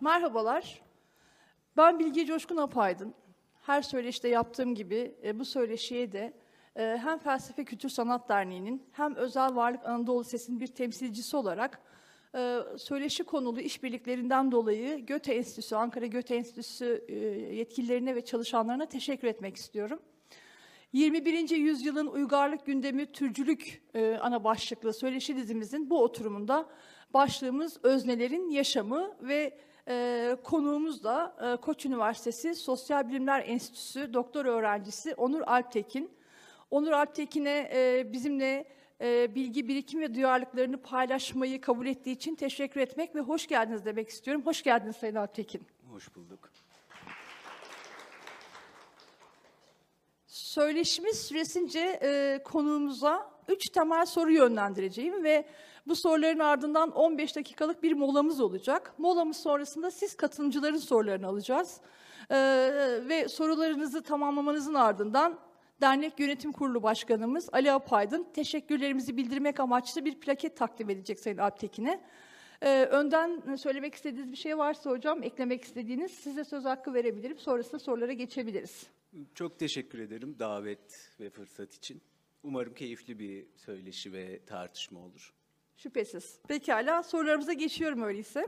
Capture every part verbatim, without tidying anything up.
Merhabalar, ben Bilge Coşkun Apaydın. Her söyleşide yaptığım gibi e, bu söyleşiye de e, hem Felsefe Kültür Sanat Derneği'nin hem Özel Varlık Anadolu Sesi'nin bir temsilcisi olarak e, söyleşi konulu işbirliklerinden dolayı Göte Enstitüsü, Ankara Göte Enstitüsü e, yetkililerine ve çalışanlarına teşekkür etmek istiyorum. yirmi birinci yüzyılın uygarlık gündemi türcülük e, ana başlıklı söyleşi dizimizin bu oturumunda başlığımız öznelerin yaşamı ve e, konuğumuz da e, Koç Üniversitesi Sosyal Bilimler Enstitüsü doktor öğrencisi Onur Alptekin. Onur Alptekin'e e, bizimle e, bilgi birikim ve duyarlılıklarını paylaşmayı kabul ettiği için teşekkür etmek ve hoş geldiniz demek istiyorum. Hoş geldiniz Sayın Alptekin. Hoş bulduk. Söyleşimiz süresince e, konuğumuza üç temel soru yönlendireceğim ve bu soruların ardından on beş dakikalık bir molamız olacak. Molamız sonrasında siz katılımcıların sorularını alacağız. E, ve sorularınızı tamamlamanızın ardından Dernek Yönetim Kurulu Başkanımız Ali Apaydın teşekkürlerimizi bildirmek amaçlı bir plaket takdim edecek Sayın Alptekin'e. E, önden söylemek istediğiniz bir şey varsa hocam, eklemek istediğiniz, size söz hakkı verebilirim. Sonrasında sorulara geçebiliriz. Çok teşekkür ederim davet ve fırsat için. Umarım keyifli bir söyleşi ve tartışma olur. Şüphesiz. Pekala, sorularımıza geçiyorum öyleyse.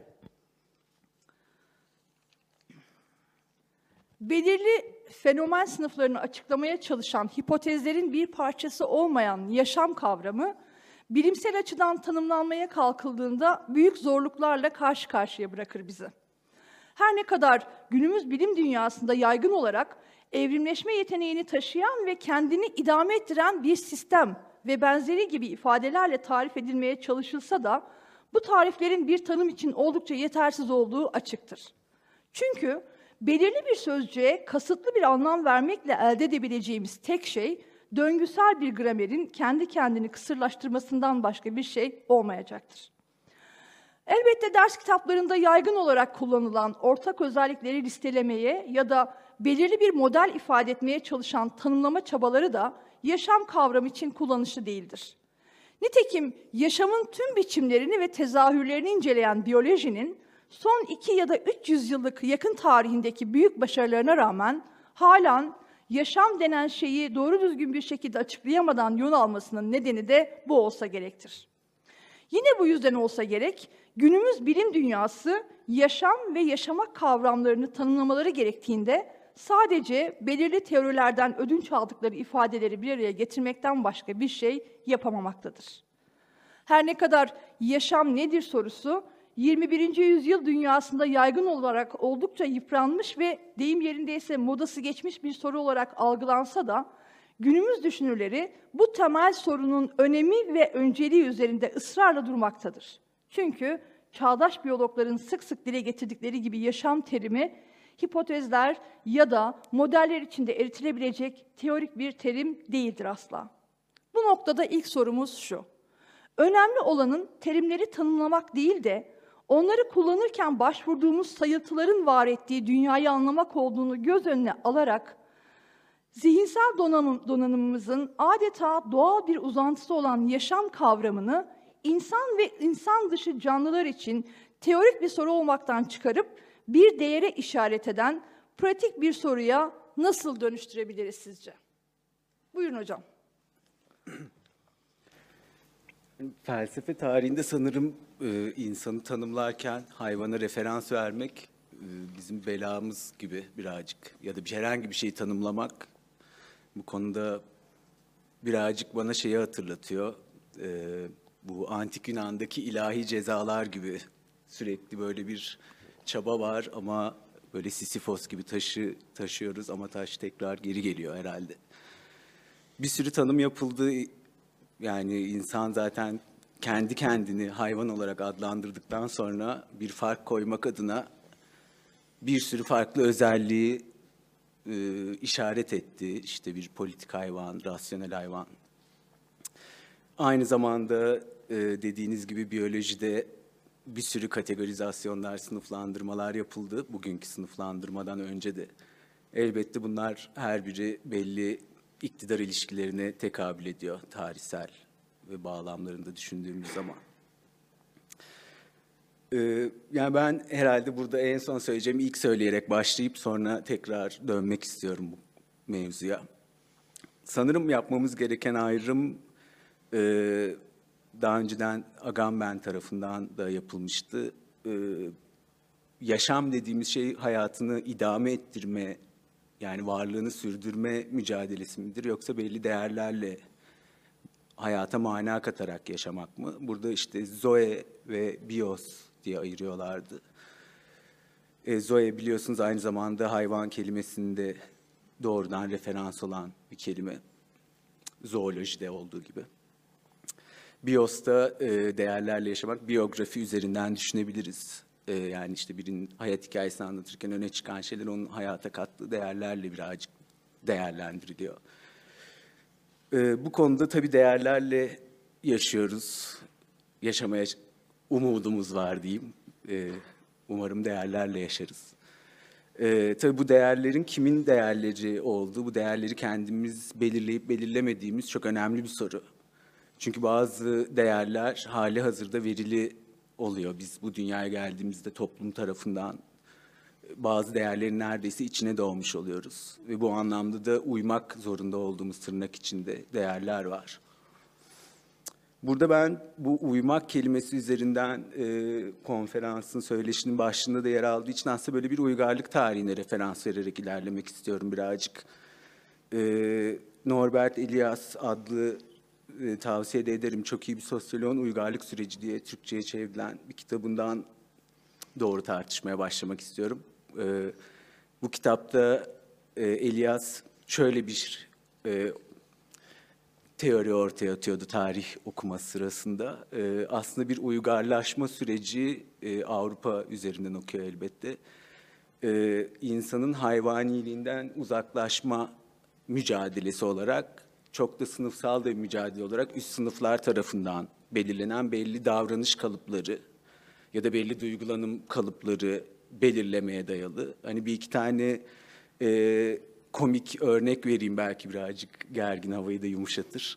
Belirli fenomen sınıflarını açıklamaya çalışan hipotezlerin bir parçası olmayan yaşam kavramı, bilimsel açıdan tanımlanmaya kalkıldığında büyük zorluklarla karşı karşıya bırakır bizi. Her ne kadar günümüz bilim dünyasında yaygın olarak evrimleşme yeteneğini taşıyan ve kendini idame ettiren bir sistem ve benzeri gibi ifadelerle tarif edilmeye çalışılsa da bu tariflerin bir tanım için oldukça yetersiz olduğu açıktır. Çünkü belirli bir sözcüğe kasıtlı bir anlam vermekle elde edebileceğimiz tek şey döngüsel bir gramerin kendi kendini kısırlaştırmasından başka bir şey olmayacaktır. Elbette ders kitaplarında yaygın olarak kullanılan ortak özellikleri listelemeye ya da belirli bir model ifade etmeye çalışan tanımlama çabaları da yaşam kavramı için kullanışlı değildir. Nitekim yaşamın tüm biçimlerini ve tezahürlerini inceleyen biyolojinin son iki ya da üç yüzyıllık yakın tarihindeki büyük başarılarına rağmen halen yaşam denen şeyi doğru düzgün bir şekilde açıklayamadan yol almasının nedeni de bu olsa gerektir. Yine bu yüzden olsa gerek, günümüz bilim dünyası yaşam ve yaşamak kavramlarını tanımlamaları gerektiğinde sadece belirli teorilerden ödünç aldıkları ifadeleri bir araya getirmekten başka bir şey yapamamaktadır. Her ne kadar yaşam nedir sorusu, yirmi birinci yüzyıl dünyasında yaygın olarak oldukça yıpranmış ve deyim yerindeyse modası geçmiş bir soru olarak algılansa da, günümüz düşünürleri bu temel sorunun önemi ve önceliği üzerinde ısrarla durmaktadır. Çünkü çağdaş biyologların sık sık dile getirdikleri gibi yaşam terimi, hipotezler ya da modeller içinde eritilebilecek teorik bir terim değildir asla. Bu noktada ilk sorumuz şu: önemli olanın terimleri tanımlamak değil de onları kullanırken başvurduğumuz sayıltıların var ettiği dünyayı anlamak olduğunu göz önüne alarak zihinsel donanım, donanımımızın adeta doğal bir uzantısı olan yaşam kavramını insan ve insan dışı canlılar için teorik bir soru olmaktan çıkarıp bir değere işaret eden pratik bir soruya nasıl dönüştürebiliriz sizce? Buyurun hocam. Felsefe tarihinde sanırım e, insanı tanımlarken hayvana referans vermek e, bizim belamız gibi birazcık, ya da bir herhangi bir şeyi tanımlamak bu konuda birazcık bana şeyi hatırlatıyor. E, bu antik Yunan'daki ilahi cezalar gibi sürekli böyle bir çaba var ama böyle Sisyphos gibi taşı taşıyoruz ama taş tekrar geri geliyor herhalde. Bir sürü tanım yapıldı. Yani insan zaten kendi kendini hayvan olarak adlandırdıktan sonra bir fark koymak adına bir sürü farklı özelliği e, işaret etti. İşte bir politik hayvan, rasyonel hayvan. Aynı zamanda e, dediğiniz gibi biyolojide bir sürü kategorizasyonlar, sınıflandırmalar yapıldı. Bugünkü sınıflandırmadan önce de. Elbette bunlar her biri belli iktidar ilişkilerine tekabül ediyor tarihsel ve bağlamlarında düşündüğümüz zaman. Ee, yani ben herhalde burada en son söyleyeceğimi ilk söyleyerek başlayıp sonra tekrar dönmek istiyorum bu mevzuya. Sanırım yapmamız gereken ayrım e, daha önceden Agamben tarafından da yapılmıştı. E, yaşam dediğimiz şey hayatını idame ettirme, yani varlığını sürdürme mücadelesi midir, yoksa belli değerlerle hayata mana katarak yaşamak mı? Burada işte zoe ve bios diye ayırıyorlardı. E, zoe biliyorsunuz aynı zamanda hayvan kelimesinde doğrudan referans olan bir kelime. Zoolojide olduğu gibi. Bios'ta e, değerlerle yaşamak, biyografi üzerinden düşünebiliriz. E, yani işte birinin hayat hikayesini anlatırken öne çıkan şeyler onun hayata kattığı değerlerle birazcık değerlendiriliyor. E, bu konuda tabii değerlerle yaşıyoruz. Yaşamaya umudumuz var diyeyim. E, umarım değerlerle yaşarız. Ee, tabii bu değerlerin kimin değerleri olduğu, bu değerleri kendimiz belirleyip belirlemediğimiz çok önemli bir soru. Çünkü bazı değerler hali hazırda verili oluyor. Biz bu dünyaya geldiğimizde toplum tarafından bazı değerlerin neredeyse içine doğmuş oluyoruz. Ve bu anlamda da uymak zorunda olduğumuz tırnak içinde değerler var. Burada ben bu uymak kelimesi üzerinden e, konferansın söyleşinin başlığında da yer aldığı için aslında böyle bir uygarlık tarihine referans vererek ilerlemek istiyorum birazcık. E, Norbert Elias adlı e, tavsiye de ederim. Çok iyi bir sosyoloğun Uygarlık Süreci diye Türkçe'ye çevrilen bir kitabından doğru tartışmaya başlamak istiyorum. E, bu kitapta e, Elias şöyle bir e, teori ortaya atıyordu tarih okuması sırasında. Ee, aslında bir uygarlaşma süreci e, Avrupa üzerinden okuyor elbette. Ee, insanın hayvaniliğinden uzaklaşma mücadelesi olarak, çok da sınıfsal da bir mücadele olarak üst sınıflar tarafından belirlenen belli davranış kalıpları ya da belli duygulanım kalıpları belirlemeye dayalı. Hani bir iki tane e, komik örnek vereyim, belki birazcık gergin havayı da yumuşatır.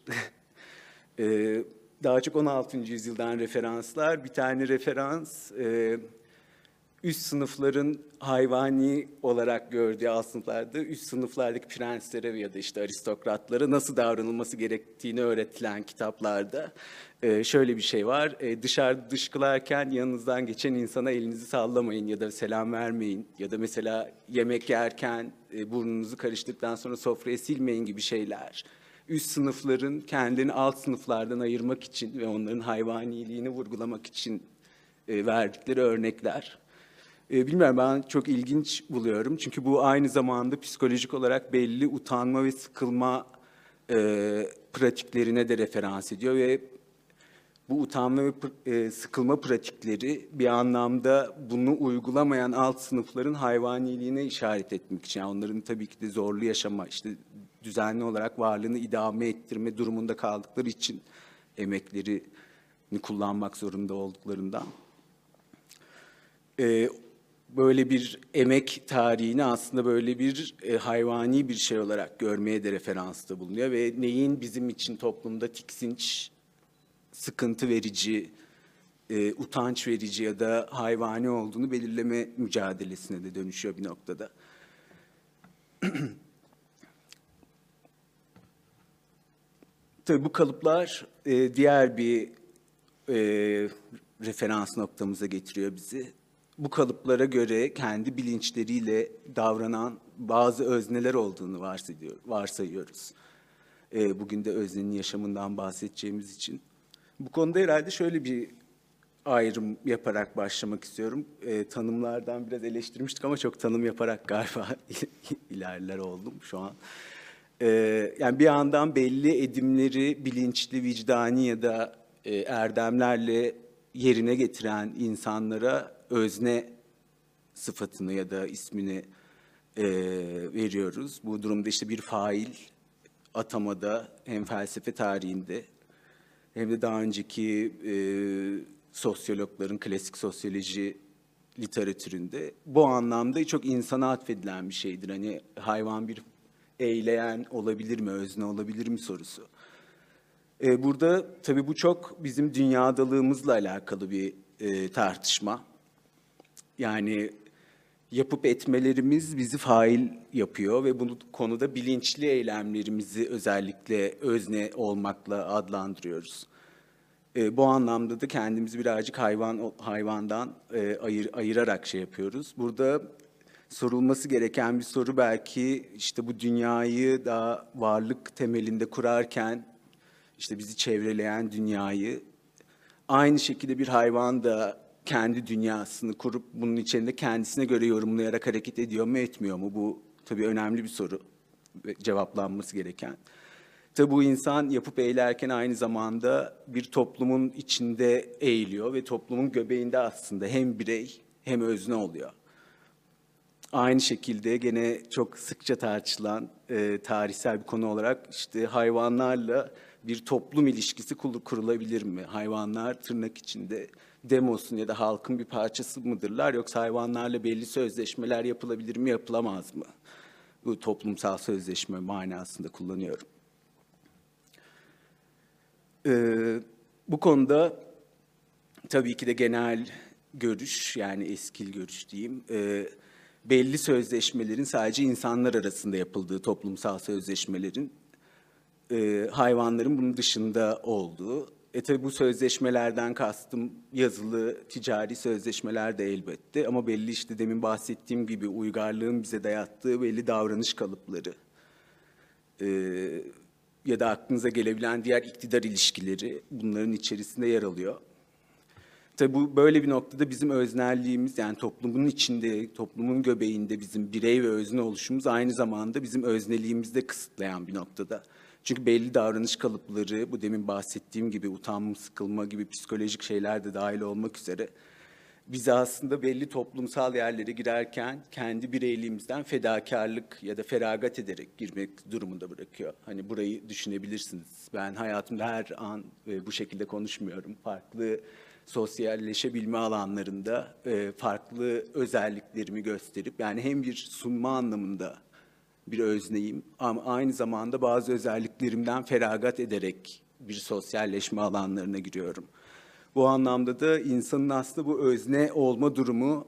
ee, daha çok on altıncı yüzyıldan referanslar. Bir tane referans e, üst sınıfların hayvani olarak gördüğü alt sınıflarda üst sınıflardaki prenslere ya da işte aristokratlara nasıl davranılması gerektiğini öğretilen kitaplarda e, şöyle bir şey var. E, dışarıda dışkılarken yanınızdan geçen insana elinizi sallamayın ya da selam vermeyin ya da mesela yemek yerken e, burnunuzu karıştırdıktan sonra sofraya silmeyin gibi şeyler. Üst sınıfların kendilerini alt sınıflardan ayırmak için ve onların hayvaniliğini vurgulamak için e, verdikleri örnekler. E, bilmiyorum, ben çok ilginç buluyorum. Çünkü bu aynı zamanda psikolojik olarak belli utanma ve sıkılma e, pratiklerine de referans ediyor ve bu utanma ve e, sıkılma pratikleri bir anlamda bunu uygulamayan alt sınıfların hayvaniliğine işaret etmek için. Yani onların tabii ki de zorlu yaşama, işte düzenli olarak varlığını idame ettirme durumunda kaldıkları için emeklerini kullanmak zorunda olduklarından. E, böyle bir emek tarihini aslında böyle bir e, hayvani bir şey olarak görmeye de referansta bulunuyor ve neyin bizim için toplumda tiksinç, sıkıntı verici, e, utanç verici ya da hayvani olduğunu belirleme mücadelesine de dönüşüyor bir noktada. Tabii bu kalıplar e, diğer bir e, referans noktamıza getiriyor bizi. Bu kalıplara göre kendi bilinçleriyle davranan bazı özneler olduğunu varsayıyor, varsayıyoruz. E, bugün de öznenin yaşamından bahsedeceğimiz için. Bu konuda herhalde şöyle bir ayrım yaparak başlamak istiyorum. E, tanımlardan biraz eleştirmiştik ama çok tanım yaparak galiba ilerler oldum şu an. E, yani bir yandan belli edimleri bilinçli, vicdani ya da e, erdemlerle yerine getiren insanlara özne sıfatını ya da ismini e, veriyoruz. Bu durumda işte bir fail atamada hem felsefe tarihinde hem de daha önceki e, sosyologların klasik sosyoloji literatüründe bu anlamda çok insana atfedilen bir şeydir. Hani hayvan bir eyleyen olabilir mi, özne olabilir mi sorusu. E, burada tabii bu çok bizim dünyadalığımızla alakalı bir e, tartışma. Yani yapıp etmelerimiz bizi fail yapıyor ve bu konuda bilinçli eylemlerimizi özellikle özne olmakla adlandırıyoruz. E, bu anlamda da kendimizi birazcık hayvan hayvandan e, ayır, ayırarak şey yapıyoruz. Burada sorulması gereken bir soru belki işte bu dünyayı daha varlık temelinde kurarken işte bizi çevreleyen dünyayı aynı şekilde bir hayvan da kendi dünyasını kurup bunun içinde kendisine göre yorumlayarak hareket ediyor mu etmiyor mu? Bu tabii önemli bir soru ve cevaplanması gereken. Tabii bu insan yapıp eğilerken aynı zamanda bir toplumun içinde eğiliyor ve toplumun göbeğinde aslında hem birey hem özne oluyor. Aynı şekilde gene çok sıkça tartışılan e, tarihsel bir konu olarak işte hayvanlarla bir toplum ilişkisi kurulabilir mi? Hayvanlar tırnak içinde demosun ya da halkın bir parçası mıdırlar yoksa hayvanlarla belli sözleşmeler yapılabilir mi, yapılamaz mı? Bu toplumsal sözleşme manasında kullanıyorum. Ee, bu konuda tabii ki de genel görüş, yani eskil görüş diyeyim, e, belli sözleşmelerin sadece insanlar arasında yapıldığı toplumsal sözleşmelerin e, hayvanların bunun dışında olduğu. E tabii bu sözleşmelerden kastım yazılı, ticari sözleşmeler de elbette ama belli işte demin bahsettiğim gibi uygarlığın bize dayattığı belli davranış kalıpları e, ya da aklınıza gelebilen diğer iktidar ilişkileri bunların içerisinde yer alıyor. Tabii bu böyle bir noktada bizim öznelliğimiz, yani toplumun içinde, toplumun göbeğinde bizim birey ve özne oluşumuz aynı zamanda bizim özneliğimizi de kısıtlayan bir noktada. Çünkü belli davranış kalıpları, bu demin bahsettiğim gibi utanma, sıkılma gibi psikolojik şeyler de dahil olmak üzere bizi aslında belli toplumsal yerlere girerken kendi bireyliğimizden fedakarlık ya da feragat ederek girmek durumunda bırakıyor. Hani burayı düşünebilirsiniz. Ben hayatımda her an e, bu şekilde konuşmuyorum. Farklı sosyalleşebilme alanlarında e, farklı özelliklerimi gösterip, yani hem bir sunma anlamında bir özneyim ama aynı zamanda bazı özelliklerimden feragat ederek bir sosyalleşme alanlarına giriyorum. Bu anlamda da insanın aslında bu özne olma durumu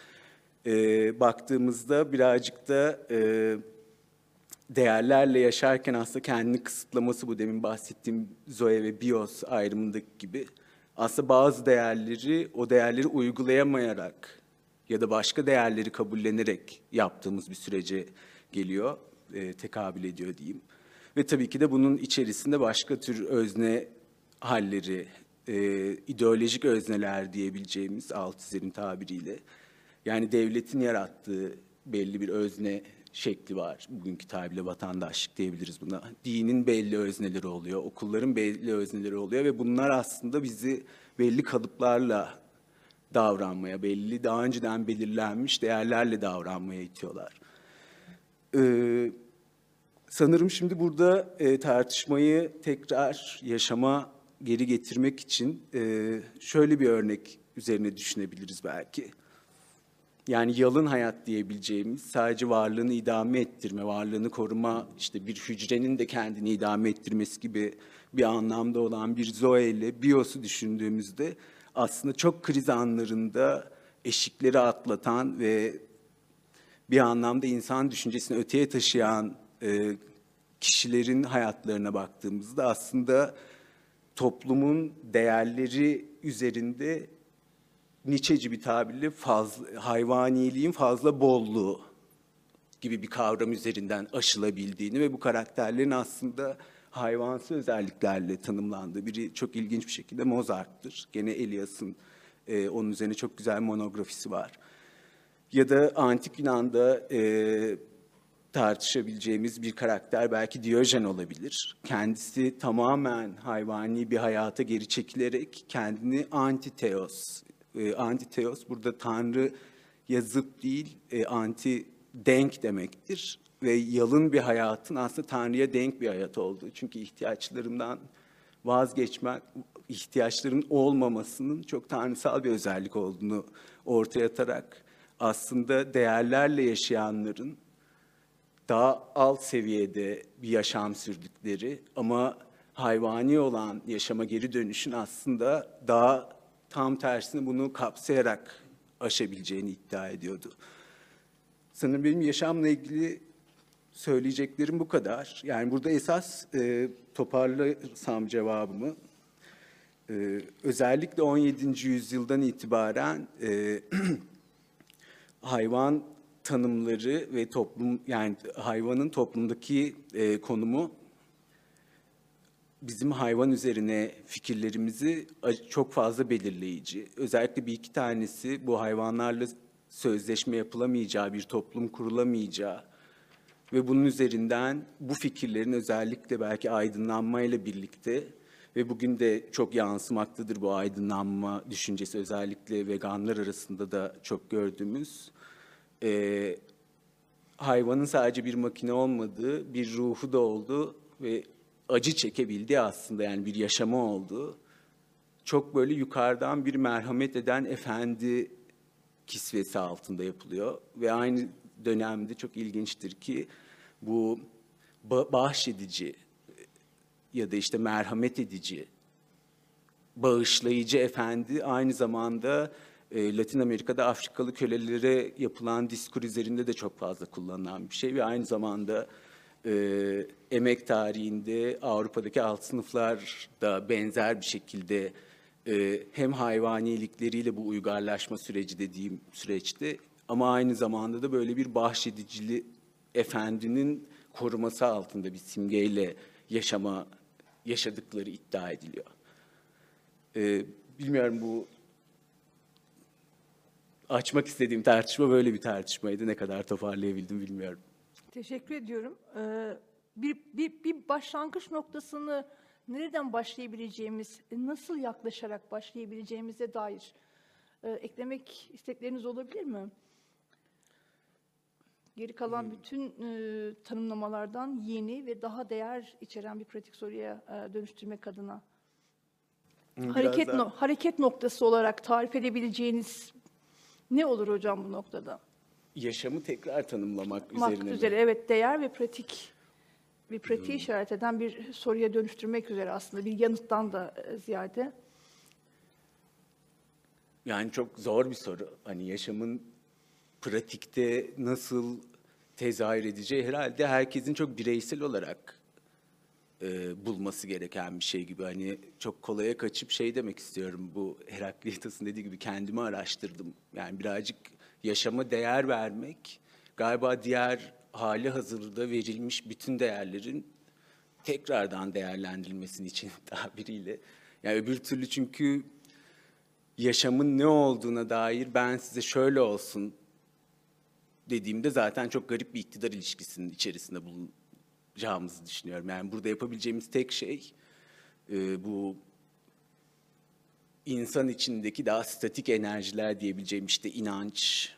e, baktığımızda birazcık da e, değerlerle yaşarken aslında kendini kısıtlaması, bu demin bahsettiğim Zoe ve Bios ayrımındaki gibi aslında bazı değerleri o değerleri uygulayamayarak ya da başka değerleri kabullenerek yaptığımız bir sürece geliyor, e, tekabül ediyor diyeyim. Ve tabii ki de bunun içerisinde başka tür özne halleri, e, ideolojik özneler diyebileceğimiz Althusser'in tabiriyle, yani devletin yarattığı belli bir özne şekli var. Bugünkü tabirle vatandaşlık diyebiliriz buna. Dinin belli özneleri oluyor, okulların belli özneleri oluyor ve bunlar aslında bizi belli kalıplarla davranmaya, belli daha önceden belirlenmiş değerlerle davranmaya itiyorlar. Ee, sanırım şimdi burada e, tartışmayı tekrar yaşama geri getirmek için e, şöyle bir örnek üzerine düşünebiliriz belki. Yani yalın hayat diyebileceğimiz, sadece varlığını idame ettirme, varlığını koruma, işte bir hücrenin de kendini idame ettirmesi gibi bir anlamda olan bir Zoe ile Bios'u düşündüğümüzde aslında çok kriz anlarında eşikleri atlatan ve bir anlamda insan düşüncesini öteye taşıyan e, kişilerin hayatlarına baktığımızda aslında toplumun değerleri üzerinde Nietzscheci bir tabirle fazla, hayvaniliğin fazla bolluğu gibi bir kavram üzerinden aşılabildiğini ve bu karakterlerin aslında hayvansı özelliklerle tanımlandığı, biri çok ilginç bir şekilde Mozart'tır. Gene Elias'ın e, onun üzerine çok güzel monografisi var. Ya da Antik Yunan'da e, tartışabileceğimiz bir karakter belki Diyojen olabilir. Kendisi tamamen hayvani bir hayata geri çekilerek kendini antiteos, e, antiteos burada Tanrı zıt değil, e, anti denk demektir. Ve yalın bir hayatın aslında Tanrı'ya denk bir hayat olduğu. Çünkü ihtiyaçlarından vazgeçmek, ihtiyaçların olmamasının çok tanrısal bir özellik olduğunu ortaya atarak aslında değerlerle yaşayanların daha alt seviyede bir yaşam sürdükleri ama hayvani olan yaşama geri dönüşün aslında daha tam tersine bunu kapsayarak aşabileceğini iddia ediyordu. Sanırım benim yaşamla ilgili söyleyeceklerim bu kadar. Yani burada esas e, toparlasam cevabımı, e, özellikle on yedinci yüzyıldan itibaren e, hayvan tanımları ve toplum, yani hayvanın toplumdaki e, konumu bizim hayvan üzerine fikirlerimizi çok fazla belirleyici. Özellikle bir iki tanesi bu hayvanlarla sözleşme yapılamayacağı, bir toplum kurulamayacağı ve bunun üzerinden bu fikirlerin özellikle belki aydınlanmayla birlikte ve bugün de çok yansımaktadır bu aydınlanma düşüncesi, özellikle veganlar arasında da çok gördüğümüz, e, hayvanın sadece bir makine olmadığı, bir ruhu da oldu ve acı çekebildiği aslında, yani bir yaşamı oldu. Çok böyle yukarıdan bir merhamet eden efendi kisvesi altında yapılıyor ve aynı dönemde çok ilginçtir ki bu bahşedici ya da işte merhamet edici, bağışlayıcı efendi aynı zamanda e, Latin Amerika'da Afrikalı kölelere yapılan diskur üzerinde de çok fazla kullanılan bir şey ve aynı zamanda e, emek tarihinde Avrupa'daki alt sınıflar da benzer bir şekilde e, hem hayvanilikleriyle bu uygarlaşma süreci dediğim süreçte ama aynı zamanda da böyle bir bahşedicili efendinin koruması altında bir simgeyle yaşama yaşadıkları iddia ediliyor. Ee, bilmiyorum, bu açmak istediğim tartışma böyle bir tartışmaydı. Ne kadar toparlayabildim bilmiyorum. Teşekkür ediyorum. Ee, bir, bir, bir başlangıç noktasını nereden başlayabileceğimiz, nasıl yaklaşarak başlayabileceğimize dair e, eklemek istekleriniz olabilir mi? Geri kalan hmm. bütün e, tanımlamalardan yeni ve daha değer içeren bir pratik soruya e, dönüştürmek adına. Biraz hareket daha... no, hareket noktası olarak tarif edebileceğiniz ne olur hocam bu noktada? Yaşamı tekrar tanımlamak Mak üzerine. üzere, evet, değer ve pratik bir pratiği hmm. işaret eden bir soruya dönüştürmek üzere aslında, bir yanıttan da ziyade. Yani çok zor bir soru. Hani yaşamın pratikte nasıl tezahür edeceği herhalde herkesin çok bireysel olarak e, bulması gereken bir şey gibi. Hani çok kolaya kaçıp şey demek istiyorum, bu Herakleitos'un dediği gibi kendimi araştırdım. Yani birazcık yaşama değer vermek galiba diğer hali hazırda verilmiş bütün değerlerin tekrardan değerlendirilmesinin için tabiriyle. Yani öbür türlü çünkü yaşamın ne olduğuna dair ben size şöyle olsun dediğimde zaten çok garip bir iktidar ilişkisinin içerisinde bulunacağımızı düşünüyorum. Yani burada yapabileceğimiz tek şey e, bu insan içindeki daha statik enerjiler diyebileceğim, işte inanç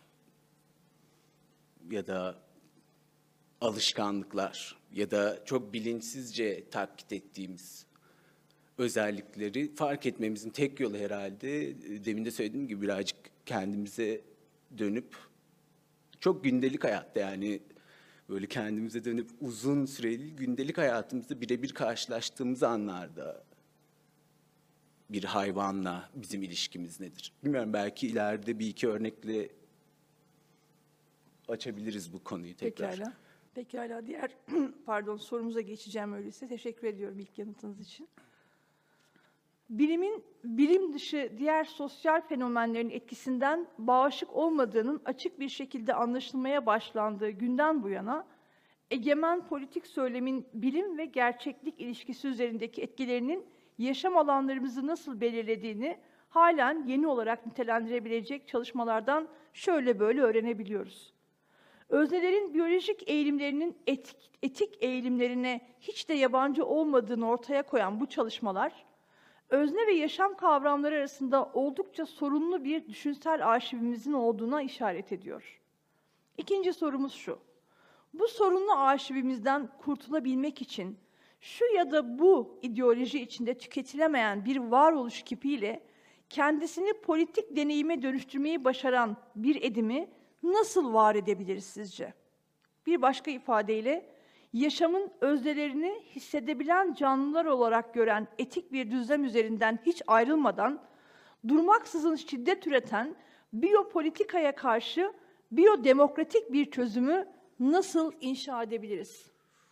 ya da alışkanlıklar ya da çok bilinçsizce taklit ettiğimiz özellikleri fark etmemizin tek yolu herhalde, demin de söylediğim gibi, birazcık kendimize dönüp çok gündelik hayatta, yani böyle kendimize dönüp uzun süreli gündelik hayatımızda birebir karşılaştığımız anlarda bir hayvanla bizim ilişkimiz nedir? Bilmiyorum, belki ileride bir iki örnekle açabiliriz bu konuyu tekrar. Pekala. Pekala. Diğer pardon sorumuza geçeceğim öyleyse. Teşekkür ediyorum ilk yanıtınız için. Bilimin bilim dışı diğer sosyal fenomenlerin etkisinden bağışık olmadığının açık bir şekilde anlaşılmaya başlandığı günden bu yana egemen politik söylemin bilim ve gerçeklik ilişkisi üzerindeki etkilerinin yaşam alanlarımızı nasıl belirlediğini halen yeni olarak nitelendirebilecek çalışmalardan şöyle böyle öğrenebiliyoruz. Öznelerin biyolojik eğilimlerinin etik, etik eğilimlerine hiç de yabancı olmadığını ortaya koyan bu çalışmalar, özne ve yaşam kavramları arasında oldukça sorunlu bir düşünsel arşivimizin olduğuna işaret ediyor. İkinci sorumuz şu: bu sorunlu arşivimizden kurtulabilmek için şu ya da bu ideoloji içinde tüketilemeyen bir varoluş kipiyle kendisini politik deneyime dönüştürmeyi başaran bir edimi nasıl var edebiliriz sizce? Bir başka ifadeyle, yaşamın öznelerini hissedebilen canlılar olarak gören etik bir düzlem üzerinden hiç ayrılmadan, durmaksızın şiddet üreten biyopolitikaya karşı biyodemokratik bir çözümü nasıl inşa edebiliriz?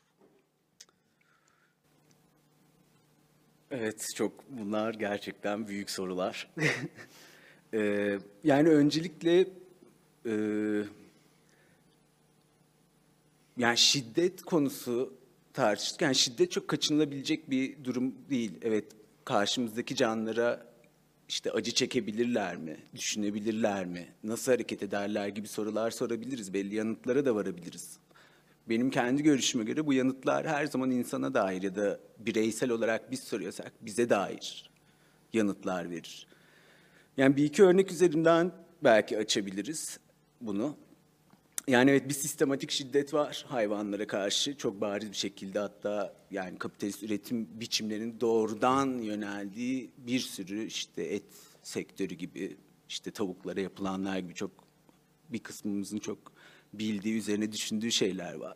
Evet, çok bunlar gerçekten büyük sorular. Ee, yani öncelikle e, yani şiddet konusu tartıştık. Yani şiddet çok kaçınılabilecek bir durum değil. Evet, karşımızdaki canlılara işte acı çekebilirler mi, düşünebilirler mi, nasıl hareket ederler gibi sorular sorabiliriz. Belli yanıtlara da varabiliriz. Benim kendi görüşüme göre bu yanıtlar her zaman insana dair ya da bireysel olarak biz soruyorsak bize dair yanıtlar verir. Yani bir iki örnek üzerinden belki açabiliriz bunu. Yani evet, bir sistematik şiddet var hayvanlara karşı çok bariz bir şekilde, hatta yani kapitalist üretim biçimlerinin doğrudan yöneldiği bir sürü işte et sektörü gibi, işte tavuklara yapılanlar gibi çok bir kısmımızın çok bildiği, üzerine düşündüğü şeyler var.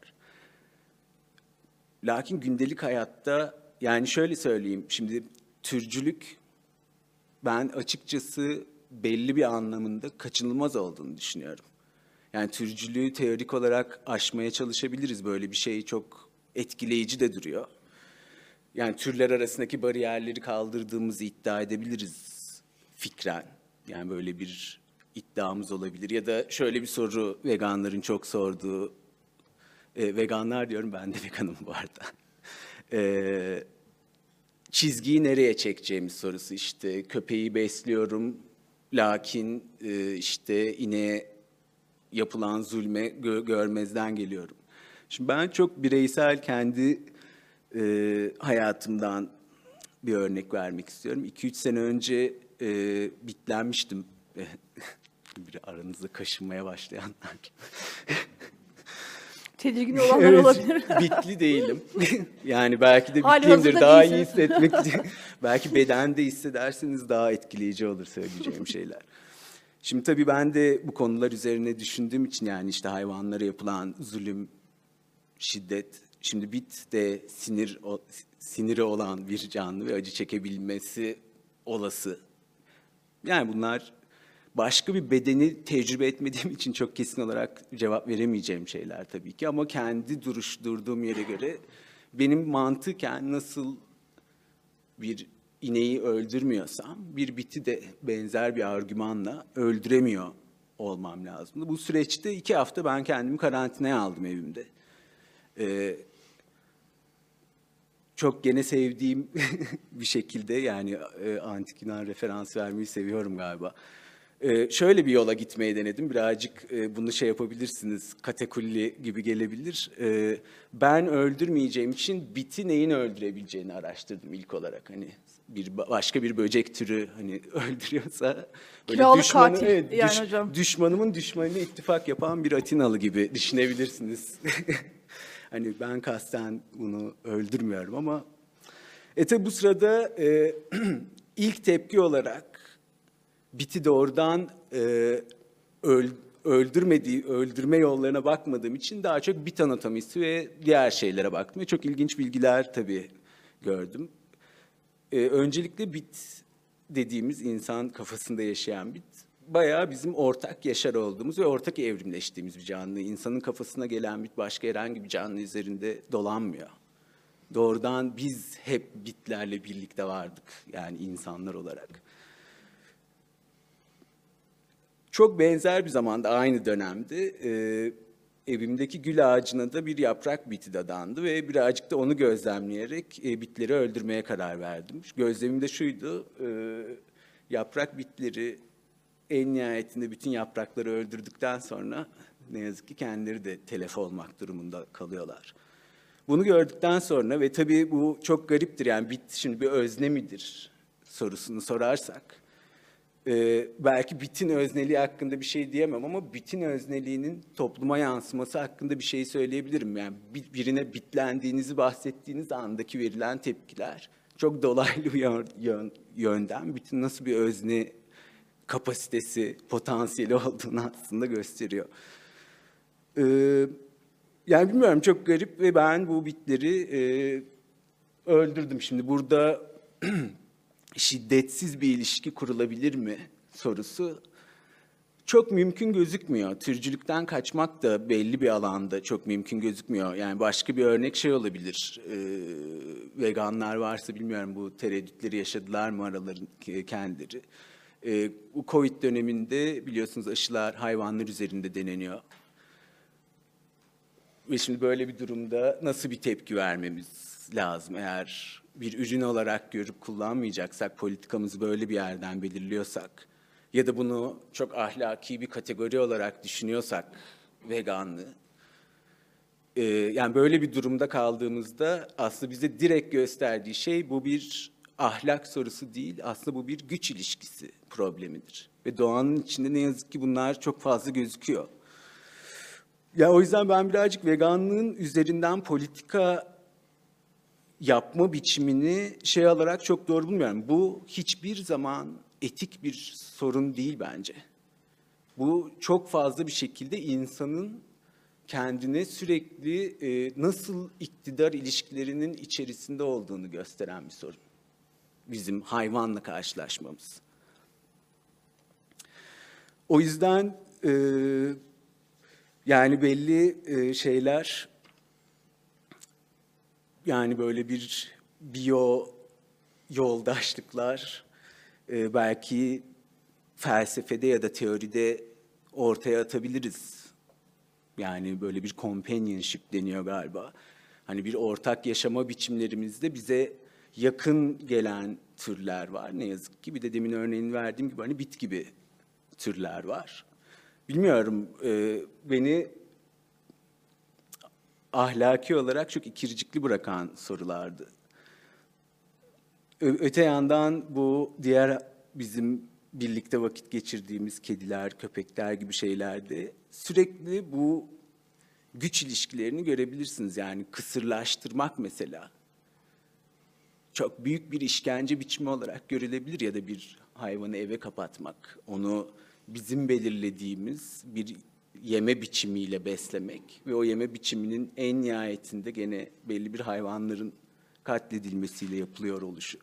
Lakin gündelik hayatta yani şöyle söyleyeyim, şimdi türcülük ben açıkçası belli bir anlamında kaçınılmaz olduğunu düşünüyorum. Yani türcülüğü teorik olarak aşmaya çalışabiliriz. Böyle bir şey çok etkileyici de duruyor. Yani türler arasındaki bariyerleri kaldırdığımızı iddia edebiliriz fikren. Yani böyle bir iddiamız olabilir. Ya da şöyle bir soru veganların çok sorduğu, e, veganlar diyorum, ben de veganım bu arada. E, çizgiyi nereye çekeceğimiz sorusu, işte köpeği besliyorum lakin e, işte ineğe yapılan zulme gö görmezden geliyorum. Şimdi ben çok bireysel kendi e, hayatımdan bir örnek vermek istiyorum. iki üç sene önce e, bitlenmiştim. Biri aranızda kaşınmaya başlayanlar. Tedirgin olanlar Evet, olabilir. bitli değilim. Yani belki de Hali bitliyimdir, hazırda daha iyi değilsiniz. hissetmek için. Belki bedende hissederseniz daha etkileyici olur söyleyeceğim şeyler. Şimdi tabii ben de bu konular üzerine düşündüğüm için, yani işte hayvanlara yapılan zulüm, şiddet, şimdi bit de sinir o, siniri olan bir canlı ve acı çekebilmesi olası. Yani bunlar başka bir bedeni tecrübe etmediğim için çok kesin olarak cevap veremeyeceğim şeyler tabii ki, ama kendi duruş durduğum yere göre benim mantıken nasıl bir ineği öldürmüyorsam bir biti de benzer bir argümanla öldüremiyor olmam lazımdı. Bu süreçte iki hafta ben kendimi karantinaya aldım evimde. Ee, çok gene sevdiğim bir şekilde, yani e, antik Yunan referans vermeyi seviyorum galiba. Ee, şöyle bir yola gitmeyi denedim. Birazcık e, bunu şey yapabilirsiniz, katakulli gibi gelebilir. Ee, ben öldürmeyeceğim için biti neyin öldürebileceğini araştırdım ilk olarak. Hani bir başka bir böcek türü hani öldürüyorsa böyle Kiralık düşmanı, katil evet, yani düş- hocam. düşmanımın düşmanıyla ittifak yapan bir Atinalı gibi düşünebilirsiniz. Hani ben kasten bunu öldürmüyorum ama e tabi bu sırada e, ilk tepki olarak biti doğrudan e, öl, öldürmediği, öldürme yollarına bakmadığım için daha çok bit anatomisi ve diğer şeylere baktım. Ve çok ilginç bilgiler tabii gördüm. E, öncelikle bit dediğimiz insan kafasında yaşayan bit, bayağı bizim ortak yaşar olduğumuz ve ortak evrimleştiğimiz bir canlı. İnsanın kafasına gelen bit başka herhangi bir canlı üzerinde dolanmıyor. Doğrudan biz hep bitlerle birlikte vardık, yani insanlar olarak. Çok benzer bir zamanda, aynı dönemde e, evimdeki gül ağacına da bir yaprak biti dadandı ve birazcık da onu gözlemleyerek e, bitleri öldürmeye karar verdim. Gözlemim de şuydu, e, yaprak bitleri en nihayetinde bütün yaprakları öldürdükten sonra ne yazık ki kendileri de telef olmak durumunda kalıyorlar. Bunu gördükten sonra ve tabii bu çok gariptir, yani bit şimdi bir özne midir sorusunu sorarsak, Ee, belki bitin özneliği hakkında bir şey diyemem ama bitin özneliğinin topluma yansıması hakkında bir şey söyleyebilirim. Yani bir, birine bitlendiğinizi bahsettiğiniz andaki verilen tepkiler çok dolaylı bir yön, yön, yönden bitin nasıl bir özne kapasitesi, potansiyeli olduğunu aslında gösteriyor. Ee, yani bilmiyorum, çok garip ve ben bu bitleri e, öldürdüm. Şimdi burada şiddetsiz bir ilişki kurulabilir mi sorusu çok mümkün gözükmüyor. Türcülükten kaçmak da belli bir alanda çok mümkün gözükmüyor. Yani başka bir örnek şey olabilir. Ee, veganlar varsa bilmiyorum, bu tereddütleri yaşadılar mı araların kendileri. Ee, bu Covid döneminde biliyorsunuz aşılar hayvanlar üzerinde deneniyor. Ve şimdi böyle bir durumda nasıl bir tepki vermemiz lazım? Eğer bir ürün olarak görüp kullanmayacaksak, politikamızı böyle bir yerden belirliyorsak ya da bunu çok ahlaki bir kategori olarak düşünüyorsak veganlığı, e, yani böyle bir durumda kaldığımızda aslında bize direkt gösterdiği şey bu bir ahlak sorusu değil, aslında bu bir güç ilişkisi problemidir. Ve doğanın içinde ne yazık ki bunlar çok fazla gözüküyor. Ya o yüzden ben birazcık veganlığın üzerinden politika yapma biçimini şey olarak çok doğru bulmuyorum. Bu hiçbir zaman etik bir sorun değil bence. Bu çok fazla bir şekilde insanın kendine sürekli e, nasıl iktidar ilişkilerinin içerisinde olduğunu gösteren bir sorun. Bizim hayvanla karşılaşmamız. O yüzden e, yani belli e, şeyler, yani böyle bir biyo yoldaşlıklar e, belki felsefede ya da teoride ortaya atabiliriz. Yani böyle bir companionship deniyor galiba. Hani bir ortak yaşama biçimlerimizde bize yakın gelen türler var ne yazık ki. Bir de demin örneğini verdiğim gibi hani bit gibi türler var. Bilmiyorum, e, beni ahlaki olarak çok ikircikli bırakan sorulardı. Ö- öte yandan bu diğer bizim birlikte vakit geçirdiğimiz kediler, köpekler gibi şeylerde sürekli bu güç ilişkilerini görebilirsiniz. Yani kısırlaştırmak mesela çok büyük bir işkence biçimi olarak görülebilir ya da bir hayvanı eve kapatmak, onu bizim belirlediğimiz bir yeme biçimiyle beslemek ve o yeme biçiminin en nihayetinde gene belli bir hayvanların katledilmesiyle yapılıyor oluşu.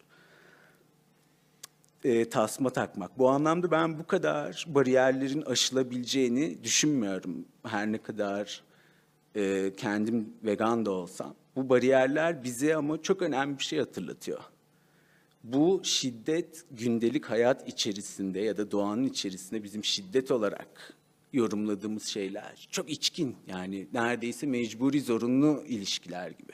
E, tasma takmak. Bu anlamda ben bu kadar bariyerlerin aşılabileceğini düşünmüyorum. Her ne kadar e, kendim vegan da olsam. Bu bariyerler bize ama çok önemli bir şey hatırlatıyor. Bu şiddet gündelik hayat içerisinde ya da doğanın içerisinde bizim şiddet olarak yorumladığımız şeyler çok içkin. Yani neredeyse mecburi zorunlu ilişkiler gibi.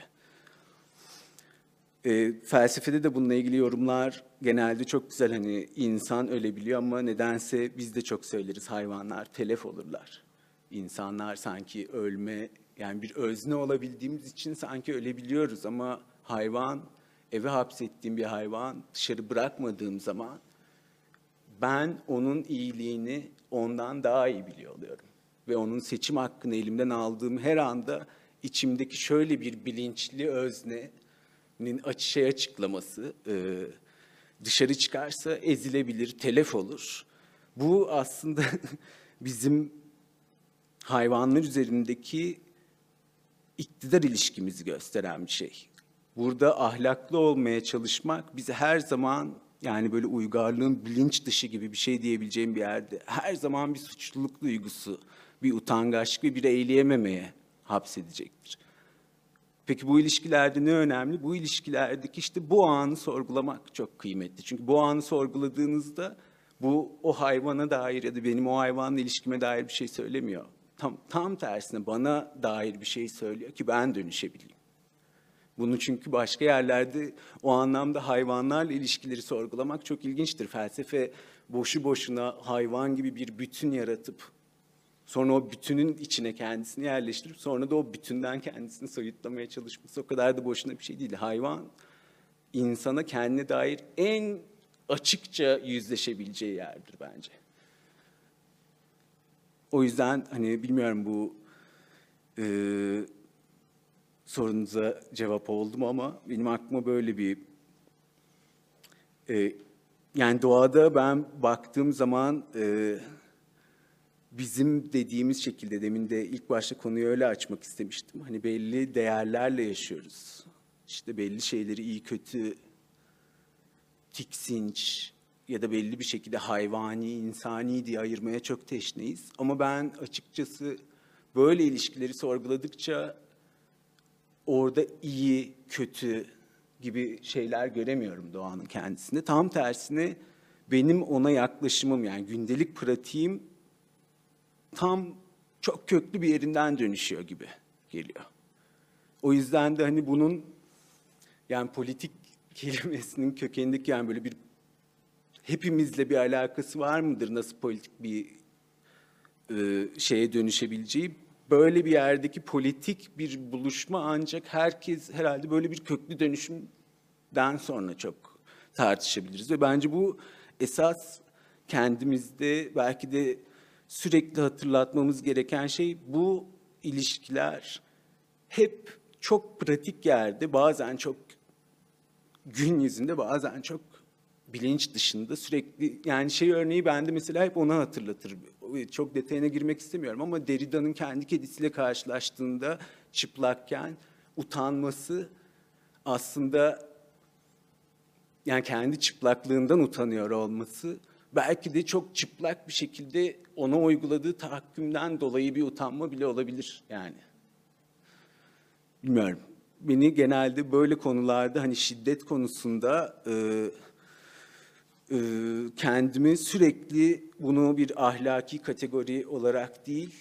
E, felsefede de bununla ilgili yorumlar genelde çok güzel, hani insan ölebiliyor ama nedense biz de çok söyleriz, hayvanlar telef olurlar. İnsanlar sanki ölme, yani bir özne olabildiğimiz için sanki ölebiliyoruz ama hayvan, eve hapsettiğim bir hayvan dışarı bırakmadığım zaman ben onun iyiliğini ondan daha iyi biliyor oluyorum. Ve onun seçim hakkını elimden aldığım her anda içimdeki şöyle bir bilinçli öznenin şey açıklaması, e, dışarı çıkarsa ezilebilir, telef olur. Bu aslında bizim hayvanlar üzerindeki iktidar ilişkimizi gösteren bir şey. Burada ahlaklı olmaya çalışmak bizi her zaman, yani böyle uygarlığın bilinç dışı gibi bir şey diyebileceğim bir yerde her zaman bir suçluluk duygusu, bir utangaçlık ve bir eyleyememeye hapsedecektir. Peki bu ilişkilerde ne önemli? Bu ilişkilerdeki işte bu anı sorgulamak çok kıymetli. Çünkü bu anı sorguladığınızda bu o hayvana dair ya da benim o hayvanla ilişkime dair bir şey söylemiyor. Tam, tam tersine bana dair bir şey söylüyor ki ben dönüşebileyim. Bunu çünkü başka yerlerde o anlamda hayvanlarla ilişkileri sorgulamak çok ilginçtir. Felsefe boşu boşuna hayvan gibi bir bütün yaratıp sonra o bütünün içine kendisini yerleştirip sonra da o bütünden kendisini soyutlamaya çalışması o kadar da boşuna bir şey değil. Hayvan insana kendine dair en açıkça yüzleşebileceği yerdir bence. O yüzden hani bilmiyorum bu e, sorunuza cevap oldu mu ama benim aklıma böyle bir e, yani doğada ben baktığım zaman e, bizim dediğimiz şekilde, demin de ilk başta konuyu öyle açmak istemiştim. Hani belli değerlerle yaşıyoruz. İşte belli şeyleri iyi kötü tiksinç ya da belli bir şekilde hayvani, insani diye ayırmaya çok teşneyiz. Ama ben açıkçası böyle ilişkileri sorguladıkça orada iyi, kötü gibi şeyler göremiyorum doğanın kendisinde. Tam tersine benim ona yaklaşımım, yani gündelik pratiğim tam çok köklü bir yerinden dönüşüyor gibi geliyor. O yüzden de hani bunun, yani politik kelimesinin kökenindeki, yani böyle bir hepimizle bir alakası var mıdır? Nasıl politik bir e, şeye dönüşebileceği? Böyle bir yerdeki politik bir buluşma ancak herkes herhalde böyle bir köklü dönüşümden sonra çok tartışabiliriz. Ve bence bu esas kendimizde belki de sürekli hatırlatmamız gereken şey, bu ilişkiler hep çok pratik yerde, bazen çok gün yüzünde, bazen çok bilinç dışında sürekli, yani şey örneği bende mesela hep onu hatırlatır. Çok detayına girmek istemiyorum ama Derrida'nın kendi kedisiyle karşılaştığında çıplakken utanması aslında, yani kendi çıplaklığından utanıyor olması belki de çok çıplak bir şekilde ona uyguladığı tahakkümden dolayı bir utanma bile olabilir yani. Bilmiyorum. Beni genelde böyle konularda, hani şiddet konusunda e, e, kendimi sürekli bunu bir ahlaki kategori olarak değil,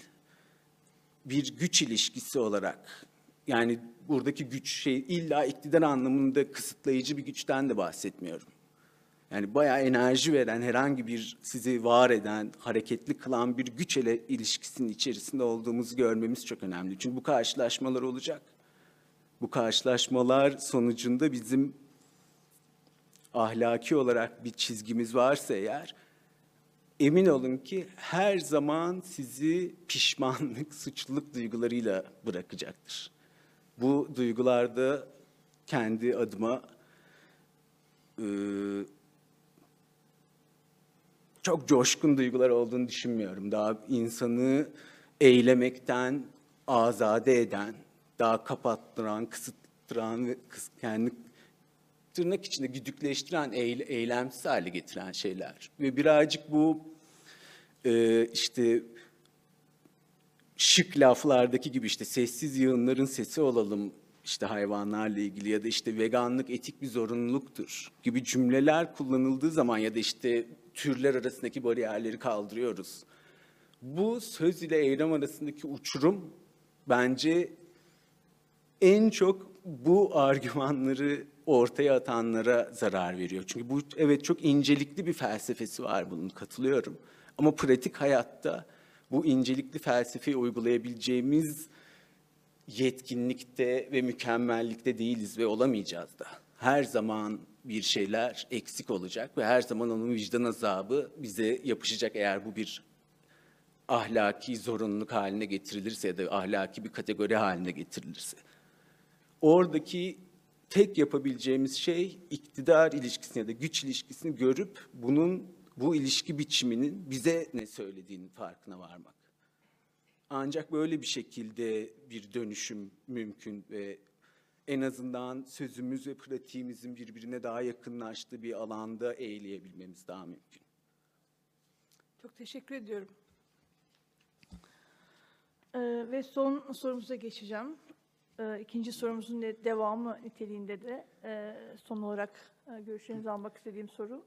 bir güç ilişkisi olarak, yani buradaki güç şey illa iktidar anlamında kısıtlayıcı bir güçten de bahsetmiyorum. Yani bayağı enerji veren, herhangi bir sizi var eden, hareketli kılan bir güç ile ilişkisinin içerisinde olduğumuzu görmemiz çok önemli. Çünkü bu karşılaşmalar olacak. Bu karşılaşmalar sonucunda bizim ahlaki olarak bir çizgimiz varsa eğer, emin olun ki her zaman sizi pişmanlık, suçluluk duygularıyla bırakacaktır. Bu duygularda kendi adıma e, çok coşkun duygular olduğunu düşünmüyorum. Daha insanı eylemekten azade eden, daha kapattıran, kısıttıran ve kıs kendi tırnak içinde güdükleştiren, eyle, eylemsiz hale getiren şeyler. Ve birazcık bu e, işte şık laflardaki gibi, işte sessiz yığınların sesi olalım, işte hayvanlarla ilgili, ya da işte veganlık etik bir zorunluluktur gibi cümleler kullanıldığı zaman, ya da işte türler arasındaki bariyerleri kaldırıyoruz. Bu söz ile eylem arasındaki uçurum bence en çok bu argümanları ortaya atanlara zarar veriyor. Çünkü bu, evet, çok incelikli bir felsefesi var bunun, katılıyorum. Ama pratik hayatta bu incelikli felsefeyi uygulayabileceğimiz yetkinlikte ve mükemmellikte değiliz ve olamayacağız da. Her zaman bir şeyler eksik olacak ve her zaman onun vicdan azabı bize yapışacak, eğer bu bir ahlaki zorunluluk haline getirilirse ya da ahlaki bir kategori haline getirilirse. Oradaki tek yapabileceğimiz şey, iktidar ilişkisini ya da güç ilişkisini görüp bunun, bu ilişki biçiminin bize ne söylediğinin farkına varmak. Ancak böyle bir şekilde bir dönüşüm mümkün ve en azından sözümüz ve pratiğimizin birbirine daha yakınlaştığı bir alanda eğleyebilmemiz daha mümkün. Çok teşekkür ediyorum. Ee, ve son sorumuza geçeceğim. Ee, ikinci sorumuzun de, devamı niteliğinde de e, son olarak e, görüşlerinizi almak istediğim soru.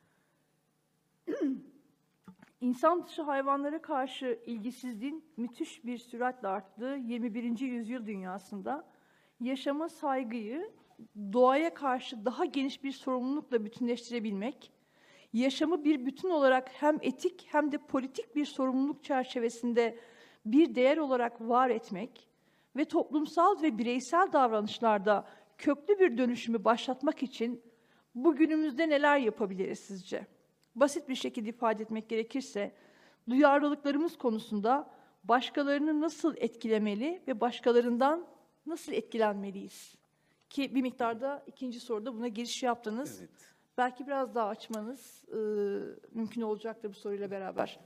İnsan dışı hayvanlara karşı ilgisizliğin müthiş bir süratle arttığı yirmi birinci yüzyıl dünyasında yaşama saygıyı doğaya karşı daha geniş bir sorumlulukla bütünleştirebilmek, yaşamı bir bütün olarak hem etik hem de politik bir sorumluluk çerçevesinde bir değer olarak var etmek ve toplumsal ve bireysel davranışlarda köklü bir dönüşümü başlatmak için bugünümüzde neler yapabiliriz sizce? Basit bir şekilde ifade etmek gerekirse, duyarlılıklarımız konusunda başkalarını nasıl etkilemeli ve başkalarından nasıl etkilenmeliyiz? Ki bir miktarda ikinci soruda buna giriş yaptınız. Evet. Belki biraz daha açmanız e, mümkün olacaktır bu soruyla beraber.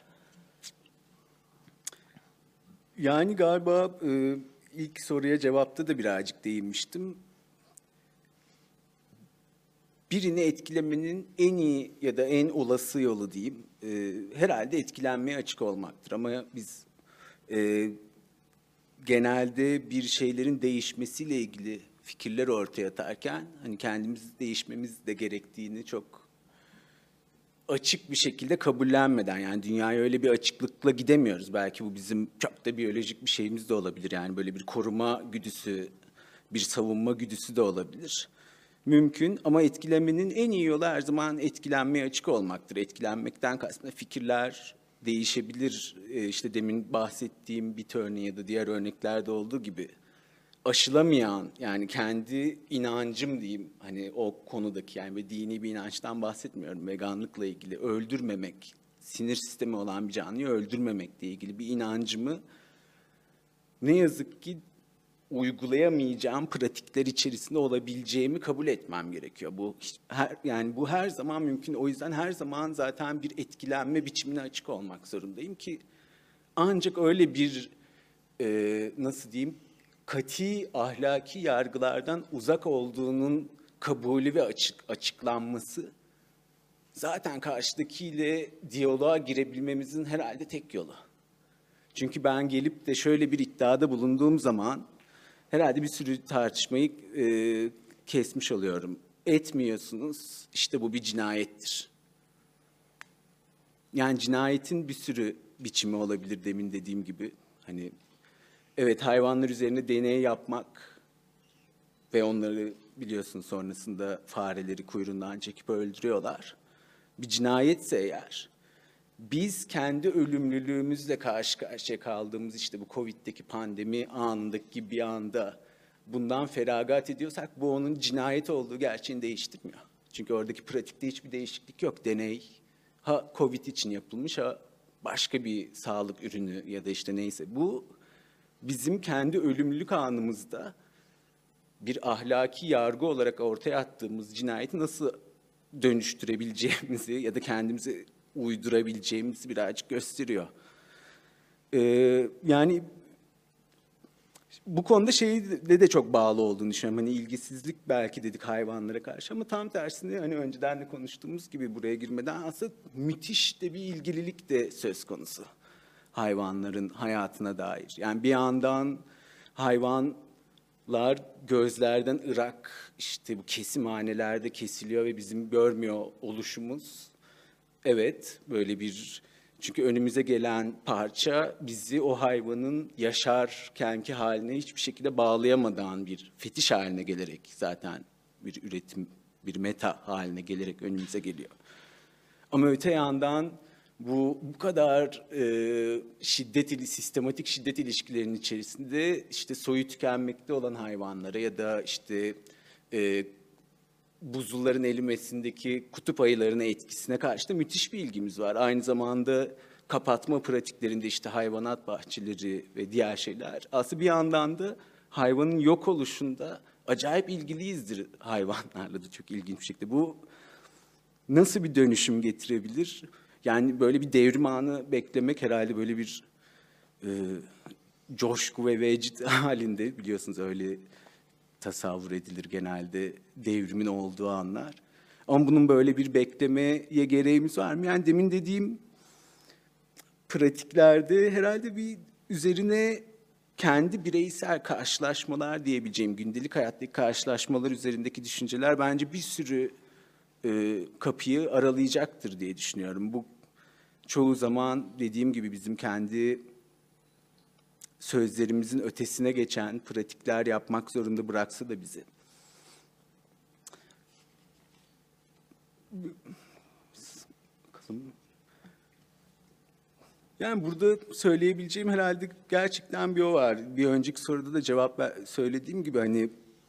Yani galiba e, ilk soruya cevapta da birazcık değinmiştim. birini etkilemenin en iyi ya da en olası yolu diyeyim, e, herhalde etkilenmeye açık olmaktır. Ama biz e, genelde bir şeylerin değişmesiyle ilgili fikirler ortaya atarken, hani kendimiz değişmemiz de gerektiğini çok açık bir şekilde kabullenmeden, yani dünyaya öyle bir açıklıkla gidemiyoruz. Belki bu bizim çok da biyolojik bir şeyimiz de olabilir. Yani böyle bir koruma güdüsü, bir savunma güdüsü de olabilir. Mümkün ama etkilemenin en iyi yolu her zaman etkilenmeye açık olmaktır. Etkilenmekten kastım fikirler değişebilir. Ee, işte demin bahsettiğim bir örneği ya da diğer örneklerde olduğu gibi aşılamayan, yani kendi inancım diyeyim, hani o konudaki, yani ve dini bir inançtan bahsetmiyorum, veganlıkla ilgili öldürmemek, sinir sistemi olan bir canlıyı öldürmemekle ilgili bir inancımı ne yazık ki uygulayamayacağım pratikler içerisinde olabileceğimi kabul etmem gerekiyor. Bu her, yani bu her zaman mümkün. O yüzden her zaman zaten bir etkilenme biçimine açık olmak zorundayım ki ancak öyle bir e, nasıl diyeyim, kati ahlaki yargılardan uzak olduğunun kabulü ve açık, açıklanması zaten karşıdakiyle diyaloğa girebilmemizin herhalde tek yolu. Çünkü ben gelip de şöyle bir iddiada bulunduğum zaman herhalde bir sürü tartışmayı e, kesmiş oluyorum. Etmiyorsunuz, işte bu bir cinayettir. Yani cinayetin bir sürü biçimi olabilir demin dediğim gibi. Hani evet, hayvanlar üzerine deney yapmak ve onları biliyorsun sonrasında fareleri kuyruğundan çekip öldürüyorlar. Bir cinayetse eğer, biz kendi ölümlülüğümüzle karşı karşıya kaldığımız işte bu Covid'deki pandemi anındaki bir anda bundan feragat ediyorsak bu onun cinayet olduğu gerçeğini değiştirmiyor. Çünkü oradaki pratikte hiçbir değişiklik yok. Deney ha Covid için yapılmış, ha başka bir sağlık ürünü ya da işte neyse. Bu bizim kendi ölümlülük anımızda bir ahlaki yargı olarak ortaya attığımız cinayeti nasıl dönüştürebileceğimizi ya da kendimizi uydurabileceğimizi birazcık gösteriyor. Ee, yani bu konuda şeyle de çok bağlı olduğunu düşünüyorum. Hani ilgisizlik belki dedik hayvanlara karşı ama tam tersine hani önceden de konuştuğumuz gibi buraya girmeden aslında müthiş de bir ilgililik de söz konusu hayvanların hayatına dair. Yani bir yandan hayvanlar gözlerden ırak, işte bu kesimhanelerde kesiliyor ve bizim görmüyor oluşumuz. Evet, böyle bir, çünkü önümüze gelen parça bizi o hayvanın yaşarkenki haline hiçbir şekilde bağlayamadan bir fetiş haline gelerek zaten bir üretim, bir meta haline gelerek önümüze geliyor. Ama öte yandan bu bu kadar e, şiddet, sistematik şiddet ilişkilerinin içerisinde işte soyu tükenmekte olan hayvanlara ya da işte e, buzulların erimesindeki kutup ayılarına etkisine karşı da müthiş bir ilgimiz var. Aynı zamanda kapatma pratiklerinde işte hayvanat bahçeleri ve diğer şeyler. Aslında bir yandan da hayvanın yok oluşunda acayip ilgiliyizdir hayvanlarla da çok ilginç bir şekilde. Bu nasıl bir dönüşüm getirebilir? Yani böyle bir devrim anı beklemek herhalde böyle bir e, coşku ve vecd halinde, biliyorsunuz öyle tasavvur edilir genelde devrimin olduğu anlar. Ama bunun böyle bir beklemeye gereğimiz var mı? Yani demin dediğim pratiklerde herhalde bir üzerine kendi bireysel karşılaşmalar diyebileceğim, gündelik hayattaki karşılaşmalar üzerindeki düşünceler bence bir sürü e, kapıyı aralayacaktır diye düşünüyorum. Bu çoğu zaman dediğim gibi bizim kendi sözlerimizin ötesine geçen pratikler yapmak zorunda bıraksa da bizi. Yani burada söyleyebileceğim herhalde gerçekten bir o var. Bir önceki soruda da cevap ver, söylediğim gibi hani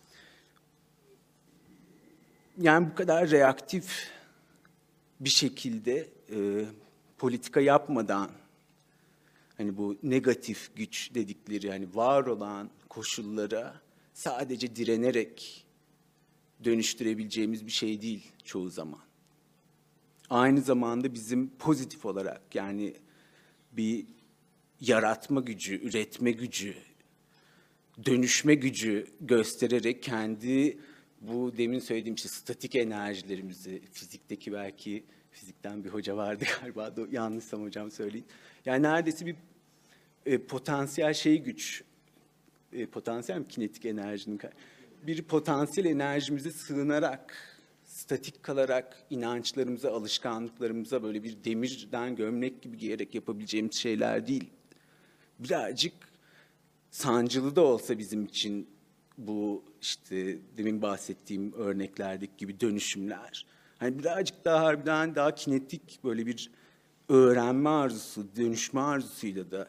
yani bu kadar reaktif bir şekilde e, politika yapmadan, hani bu negatif güç dedikleri, hani var olan koşullara sadece direnerek dönüştürebileceğimiz bir şey değil çoğu zaman. Aynı zamanda bizim pozitif olarak, yani bir yaratma gücü, üretme gücü, dönüşme gücü göstererek kendi bu demin söylediğim işte statik enerjilerimizi, fizikteki belki fizikten bir hoca vardı galiba, do- yanlışsam hocam söyleyin. Yani neredeyse bir e, potansiyel şey güç, e, potansiyel mi kinetik enerjinin, bir potansiyel enerjimize sığınarak, statik kalarak inançlarımıza, alışkanlıklarımıza böyle bir demirden gömlek gibi giyerek yapabileceğimiz şeyler değil. Birazcık sancılı da olsa bizim için bu işte demin bahsettiğim örneklerdeki gibi dönüşümler. Hani birazcık daha harbiden daha kinetik böyle bir öğrenme arzusu, dönüşme arzusuyla da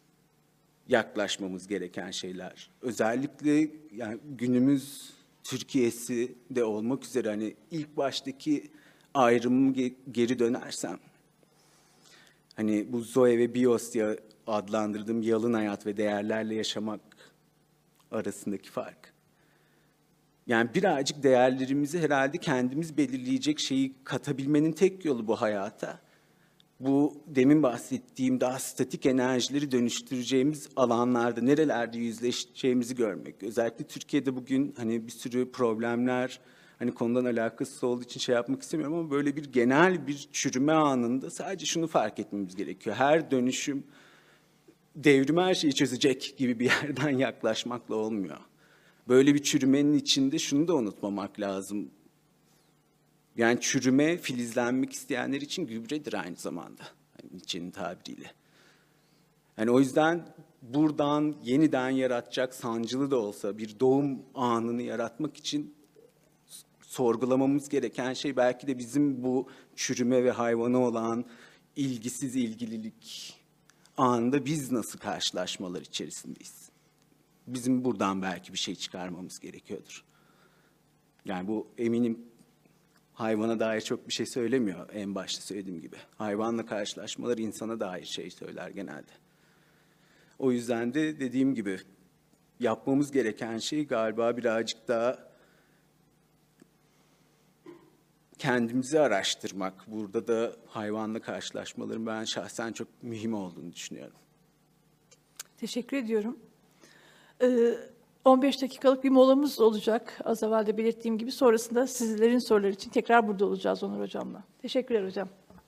yaklaşmamız gereken şeyler. Özellikle yani günümüz Türkiye'si de olmak üzere hani ilk baştaki ayrımı geri dönersem, hani bu Zoe ve Bios diye adlandırdığım yalın hayat ve değerlerle yaşamak arasındaki fark. Yani birazcık değerlerimizi herhalde kendimiz belirleyecek şeyi katabilmenin tek yolu bu hayata, bu demin bahsettiğim daha statik enerjileri dönüştüreceğimiz alanlarda, nerelerde yüzleşeceğimizi görmek. Özellikle Türkiye'de bugün hani bir sürü problemler, hani konudan alakasız olduğu için şey yapmak istemiyorum ama böyle bir genel bir çürüme anında sadece şunu fark etmemiz gerekiyor. Her dönüşüm devrim her şeyi çözecek gibi bir yerden yaklaşmakla olmuyor. Böyle bir çürümenin içinde şunu da unutmamak lazım. Yani çürüme, filizlenmek isteyenler için gübredir aynı zamanda. Yani Nietzsche'nin tabiriyle. Yani o yüzden buradan yeniden yaratacak, sancılı da olsa bir doğum anını yaratmak için sorgulamamız gereken şey belki de bizim bu çürüme ve hayvana olan ilgisiz ilgililik anında biz nasıl karşılaşmalar içerisindeyiz. Bizim buradan belki bir şey çıkarmamız gerekiyordur. Yani bu eminim hayvana dair çok bir şey söylemiyor en başta söylediğim gibi. Hayvanla karşılaşmalar insana dair şey söyler genelde. O yüzden de dediğim gibi yapmamız gereken şey galiba birazcık daha kendimizi araştırmak. Burada da hayvanla karşılaşmaların ben şahsen çok mühim olduğunu düşünüyorum. Teşekkür ediyorum. Ee, on beş dakikalık bir molamız olacak. Az evvel de belirttiğim gibi sonrasında sizlerin soruları için tekrar burada olacağız Onur Hocam'la. Teşekkürler hocam.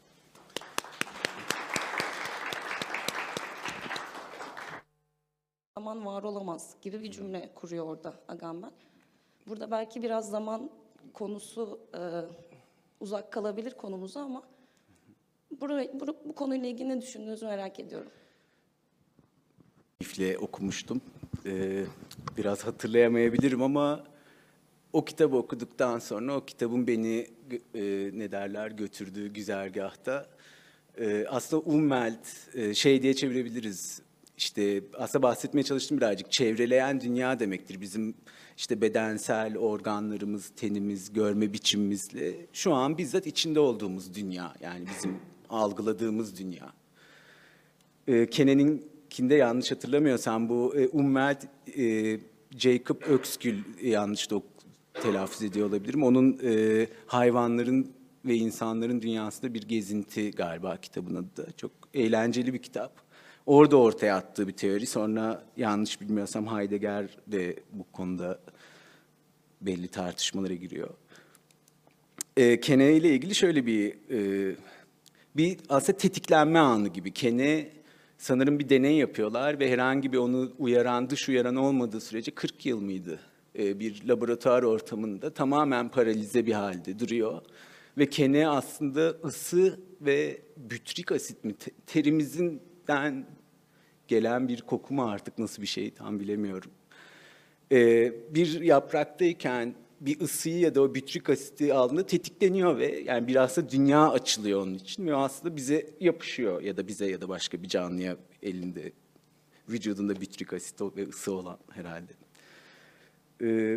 Zaman var olamaz gibi bir cümle kuruyor orada Agamben. Burada belki biraz zaman konusu e, uzak kalabilir konumuza ama burayı, bu, bu konuyla ilgili ne düşündüğünüzü merak ediyorum. Keyifle okumuştum. Ee, biraz hatırlayamayabilirim ama o kitabı okuduktan sonra o kitabın beni e, ne derler götürdüğü güzergahta e, aslında Umwelt e, şey diye çevirebiliriz. İşte aslında bahsetmeye çalıştım birazcık. Çevreleyen dünya demektir. Bizim işte bedensel organlarımız, tenimiz, görme biçimimizle şu an bizzat içinde olduğumuz dünya. Yani bizim algıladığımız dünya. E, Kenan'ınkinde yanlış hatırlamıyorsam bu e, Umwelt e, Jacob Öksgül yanlış da telaffuz ediyor olabilirim. Onun e, hayvanların ve insanların dünyasında bir gezinti galiba kitabın adı da. Çok eğlenceli bir kitap. Orada ortaya attığı bir teori. Sonra yanlış bilmiyorsam Heidegger de bu konuda belli tartışmalara giriyor. E, Kene ile ilgili şöyle bir e, bir aslında tetiklenme anı gibi. Kene sanırım bir deney yapıyorlar ve herhangi bir onu uyaran, dış uyaran olmadığı sürece kırk yıl mıydı? E, bir laboratuvar ortamında tamamen paralize bir halde duruyor. Ve Kene aslında ısı ve bütrik asit mi terimizden gelen bir koku mu artık nasıl bir şey tam bilemiyorum. Ee, bir yapraktayken bir ısıyı ya da o bütrik asiti aldığında tetikleniyor ve yani biraz da dünya açılıyor onun için ve aslında bize yapışıyor ya da bize ya da başka bir canlıya elinde vücudunda bütrik asit ve ısı olan herhalde. Ee,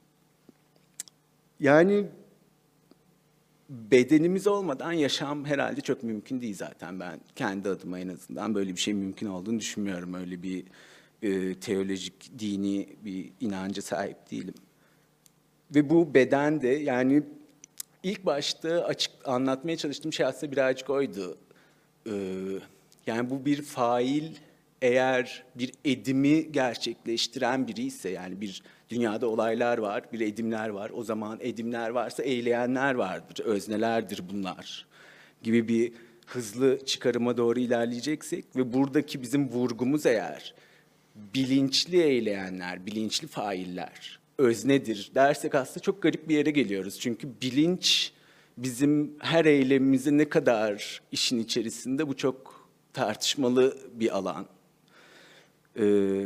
yani bedenimiz olmadan yaşam herhalde çok mümkün değil zaten. Ben kendi adıma en azından böyle bir şey mümkün olduğunu düşünmüyorum. Öyle bir e, teolojik, dini bir inanca sahip değilim. Ve bu beden de yani ilk başta açık anlatmaya çalıştığım şey aslında birazcık oydu. Ee, yani bu bir fail eğer bir edimi gerçekleştiren biri ise yani bir Dünyada olaylar var, bir edimler var. O zaman edimler varsa eyleyenler vardır, öznelerdir bunlar gibi bir hızlı çıkarıma doğru ilerleyeceksek ve buradaki bizim vurgumuz eğer bilinçli eyleyenler, bilinçli failler, öznedir dersek aslında çok garip bir yere geliyoruz. Çünkü bilinç bizim her eylemimize ne kadar işin içerisinde, bu çok tartışmalı bir alan. Ee,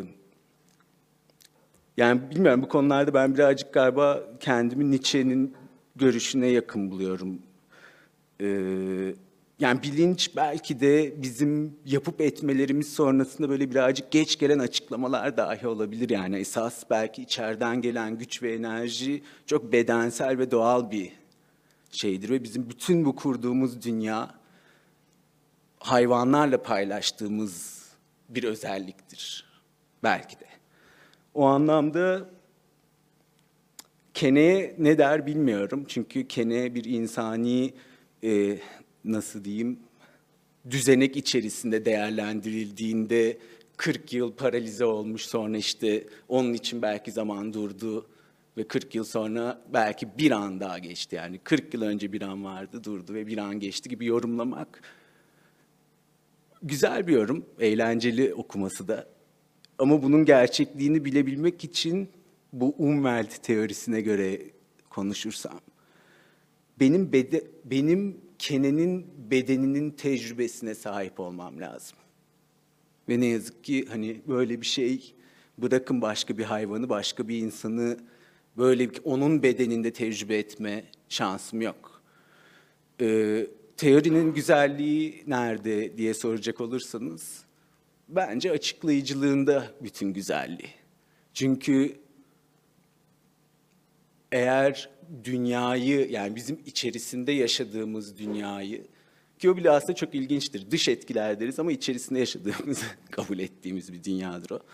yani bilmiyorum, bu konularda ben birazcık galiba kendimi Nietzsche'nin görüşüne yakın buluyorum. Ee, yani bilinç belki de bizim yapıp etmelerimiz sonrasında böyle birazcık geç gelen açıklamalar dahi olabilir. Yani esas belki içeriden gelen güç ve enerji çok bedensel ve doğal bir şeydir ve bizim bütün bu kurduğumuz dünya hayvanlarla paylaştığımız bir özelliktir belki de. O anlamda Kene'ye ne der bilmiyorum. Çünkü Kene bir insani, e, nasıl diyeyim, düzenek içerisinde değerlendirildiğinde kırk yıl paralize olmuş, sonra işte onun için belki zaman durdu ve kırk yıl sonra belki bir an daha geçti. Yani kırk yıl önce bir an vardı, durdu ve bir an geçti gibi yorumlamak güzel bir yorum, eğlenceli okuması da. Ama bunun gerçekliğini bilebilmek için bu Umwelt teorisine göre konuşursam, benim bede, benim Kene'nin bedeninin tecrübesine sahip olmam lazım. Ve ne yazık ki hani böyle bir şey, bırakın başka bir hayvanı, başka bir insanı böyle bir, onun bedeninde tecrübe etme şansım yok. Ee, teorinin güzelliği nerede diye soracak olursanız, bence açıklayıcılığında bütün güzelliği. Çünkü eğer dünyayı, yani bizim içerisinde yaşadığımız dünyayı, ki o bile aslında çok ilginçtir, dış etkiler deriz ama içerisinde yaşadığımızı kabul ettiğimiz bir dünyadır o.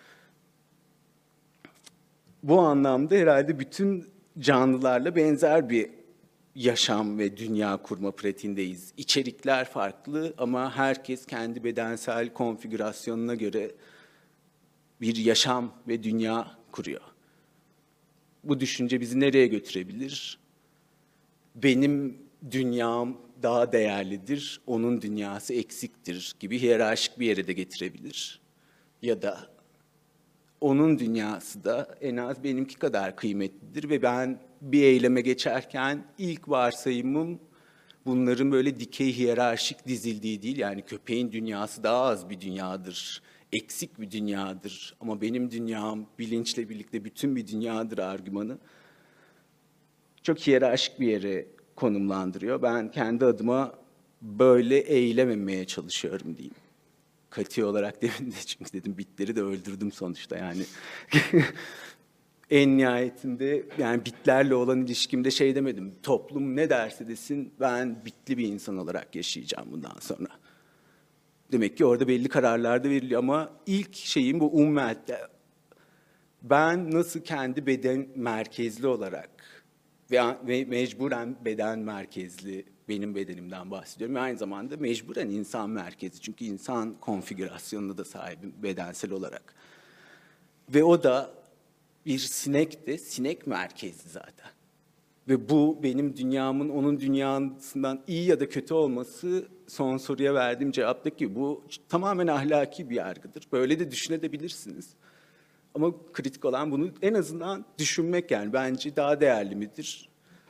Bu anlamda herhalde bütün canlılarla benzer bir yaşam ve dünya kurma pratiğindeyiz. İçerikler farklı ama herkes kendi bedensel konfigürasyonuna göre bir yaşam ve dünya kuruyor. Bu düşünce bizi nereye götürebilir? Benim dünyam daha değerlidir, onun dünyası eksiktir gibi hiyerarşik bir yere de getirebilir. Ya da onun dünyası da en az benimki kadar kıymetlidir ve ben bir eyleme geçerken ilk varsayımım bunların böyle dikey hiyerarşik dizildiği değil. Yani köpeğin dünyası daha az bir dünyadır, eksik bir dünyadır ama benim dünyam bilinçle birlikte bütün bir dünyadır argümanı çok hiyerarşik bir yere konumlandırıyor. Ben kendi adıma böyle eylememeye çalışıyorum diyeyim. Kati olarak demin de, çünkü dedim bitleri de öldürdüm sonuçta yani. En nihayetinde yani bitlerle olan ilişkimde şey demedim. Toplum ne derse desin ben bitli bir insan olarak yaşayacağım bundan sonra. Demek ki orada belli kararlar da veriliyor ama ilk şeyim bu Umwelt'te. Ben nasıl kendi beden merkezli olarak ve, ve mecburen beden merkezli benim bedenimden bahsediyorum. Ve aynı zamanda mecburen insan merkezi. Çünkü insan konfigürasyonuna da sahibim bedensel olarak. Ve o da bir sinek de sinek merkezli zaten. Ve bu benim dünyamın onun dünyasından iyi ya da kötü olması son soruya verdiğim cevaptaki gibi. Bu tamamen ahlaki bir yargıdır. Böyle de düşünebilirsiniz. Ama kritik olan bunu en azından düşünmek, yani bence daha değerli midir?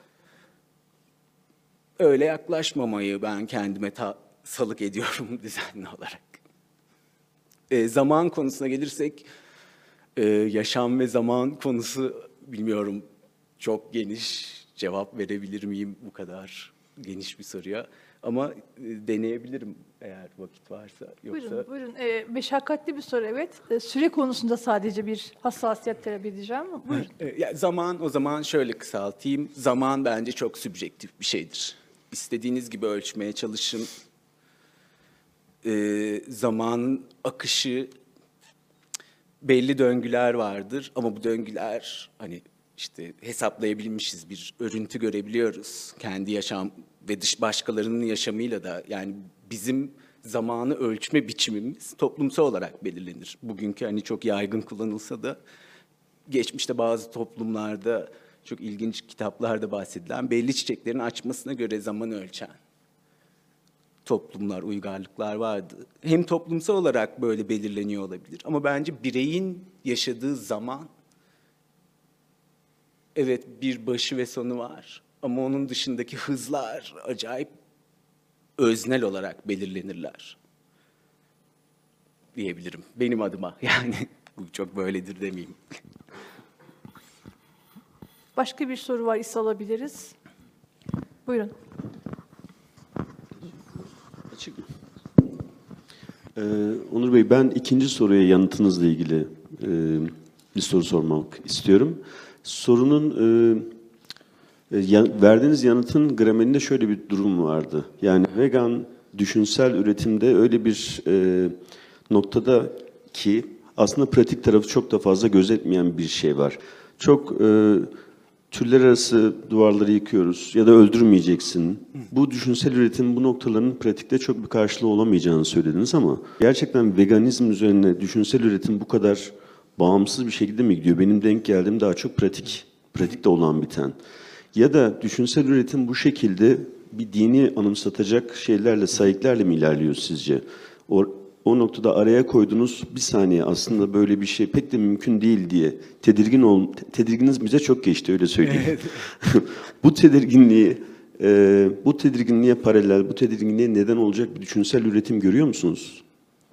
Öyle yaklaşmamayı ben kendime ta- salık ediyorum düzenli olarak. E, zaman konusuna gelirsek, e, yaşam ve zaman konusu bilmiyorum çok geniş, cevap verebilir miyim bu kadar geniş bir soruya? Ama e, deneyebilirim eğer vakit varsa. Yoksa... Buyurun, buyurun. E, meşakkatli bir soru, evet. E, süre konusunda sadece bir hassasiyet terapi edeceğim. Buyurun. E, ya zaman, o zaman şöyle kısaltayım. Zaman bence çok sübjektif bir şeydir. İstediğiniz gibi ölçmeye çalışın. E, zamanın akışı, belli döngüler vardır ama bu döngüler hani işte hesaplayabilmişiz, bir örüntü görebiliyoruz. Kendi yaşam ve dış başkalarının yaşamıyla da, yani bizim zamanı ölçme biçimimiz toplumsal olarak belirlenir. Bugünkü hani çok yaygın kullanılsa da geçmişte bazı toplumlarda çok ilginç kitaplarda bahsedilen belli çiçeklerin açmasına göre zaman ölçen toplumlar, uygarlıklar vardı. Hem toplumsal olarak böyle belirleniyor olabilir ama bence bireyin yaşadığı zaman evet bir başı ve sonu var ama onun dışındaki hızlar acayip öznel olarak belirlenirler diyebilirim benim adıma. Yani bu çok böyledir demeyeyim. Başka bir soru var, ise alabiliriz. Buyurun. Açık. Ee, Onur Bey, ben ikinci soruya yanıtınızla ilgili e, bir soru sormak istiyorum. Sorunun e, e, ya, verdiğiniz yanıtın gramerinde şöyle bir durum vardı. Yani vegan düşünsel üretimde öyle bir e, noktada ki aslında pratik tarafı çok da fazla gözetmeyen bir şey var. Çok e, türler arası duvarları yıkıyoruz ya da öldürmeyeceksin. Bu düşünsel üretim bu noktaların pratikte çok bir karşılığı olamayacağını söylediniz ama gerçekten veganizm üzerine düşünsel üretim bu kadar bağımsız bir şekilde mi gidiyor? Benim denk geldiğim daha çok pratik, pratikte olan biten. Ya da düşünsel üretim bu şekilde bir dini anımsatacak şeylerle, sayıklarla mı ilerliyor sizce? O, o noktada araya koyduğunuz bir saniye aslında böyle bir şey pek de mümkün değil diye tedirgin ol, tedirginiz bize çok geçti, öyle söyleyeyim. Bu tedirginliği, e, bu tedirginliğe paralel, bu tedirginliğe neden olacak bir düşünsel üretim görüyor musunuz?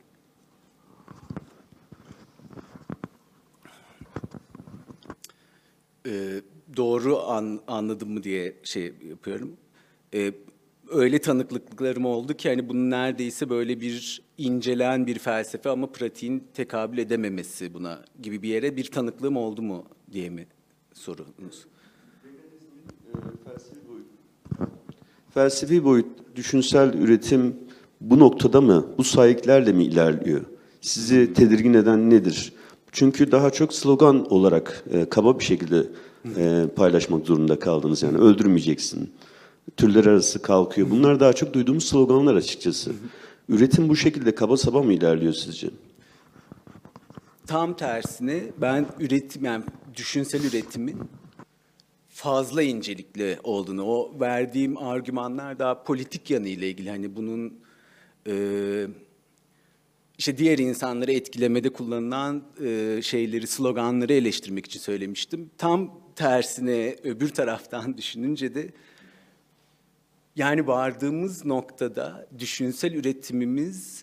Ee, doğru an, anladım mı diye şey yapıyorum. Ee, öyle tanıklıklarım oldu ki hani bunun neredeyse böyle bir incelen bir felsefe ama pratiğin tekabül edememesi buna gibi bir yere bir tanıklığım oldu mu diye mi sorunuz? Felsefi boyut. Felsefi boyut, düşünsel üretim bu noktada mı, bu sahiplerle mi ilerliyor? Sizi tedirgin eden nedir? Çünkü daha çok slogan olarak e, kaba bir şekilde e, paylaşmak zorunda kaldınız. Yani öldürmeyeceksin, türler arası kalkıyor. Bunlar daha çok duyduğumuz sloganlar açıkçası. Üretim bu şekilde kaba saba mı ilerliyor sizce? Tam tersine ben üretim, yani düşünsel üretimin fazla incelikli olduğunu, o verdiğim argümanlar daha politik yanıyla ilgili. Hani bunun e, işte diğer insanları etkilemede kullanılan e, şeyleri, sloganları eleştirmek için söylemiştim. Tam tersine öbür taraftan düşününce de yani vardığımız noktada düşünsel üretimimiz,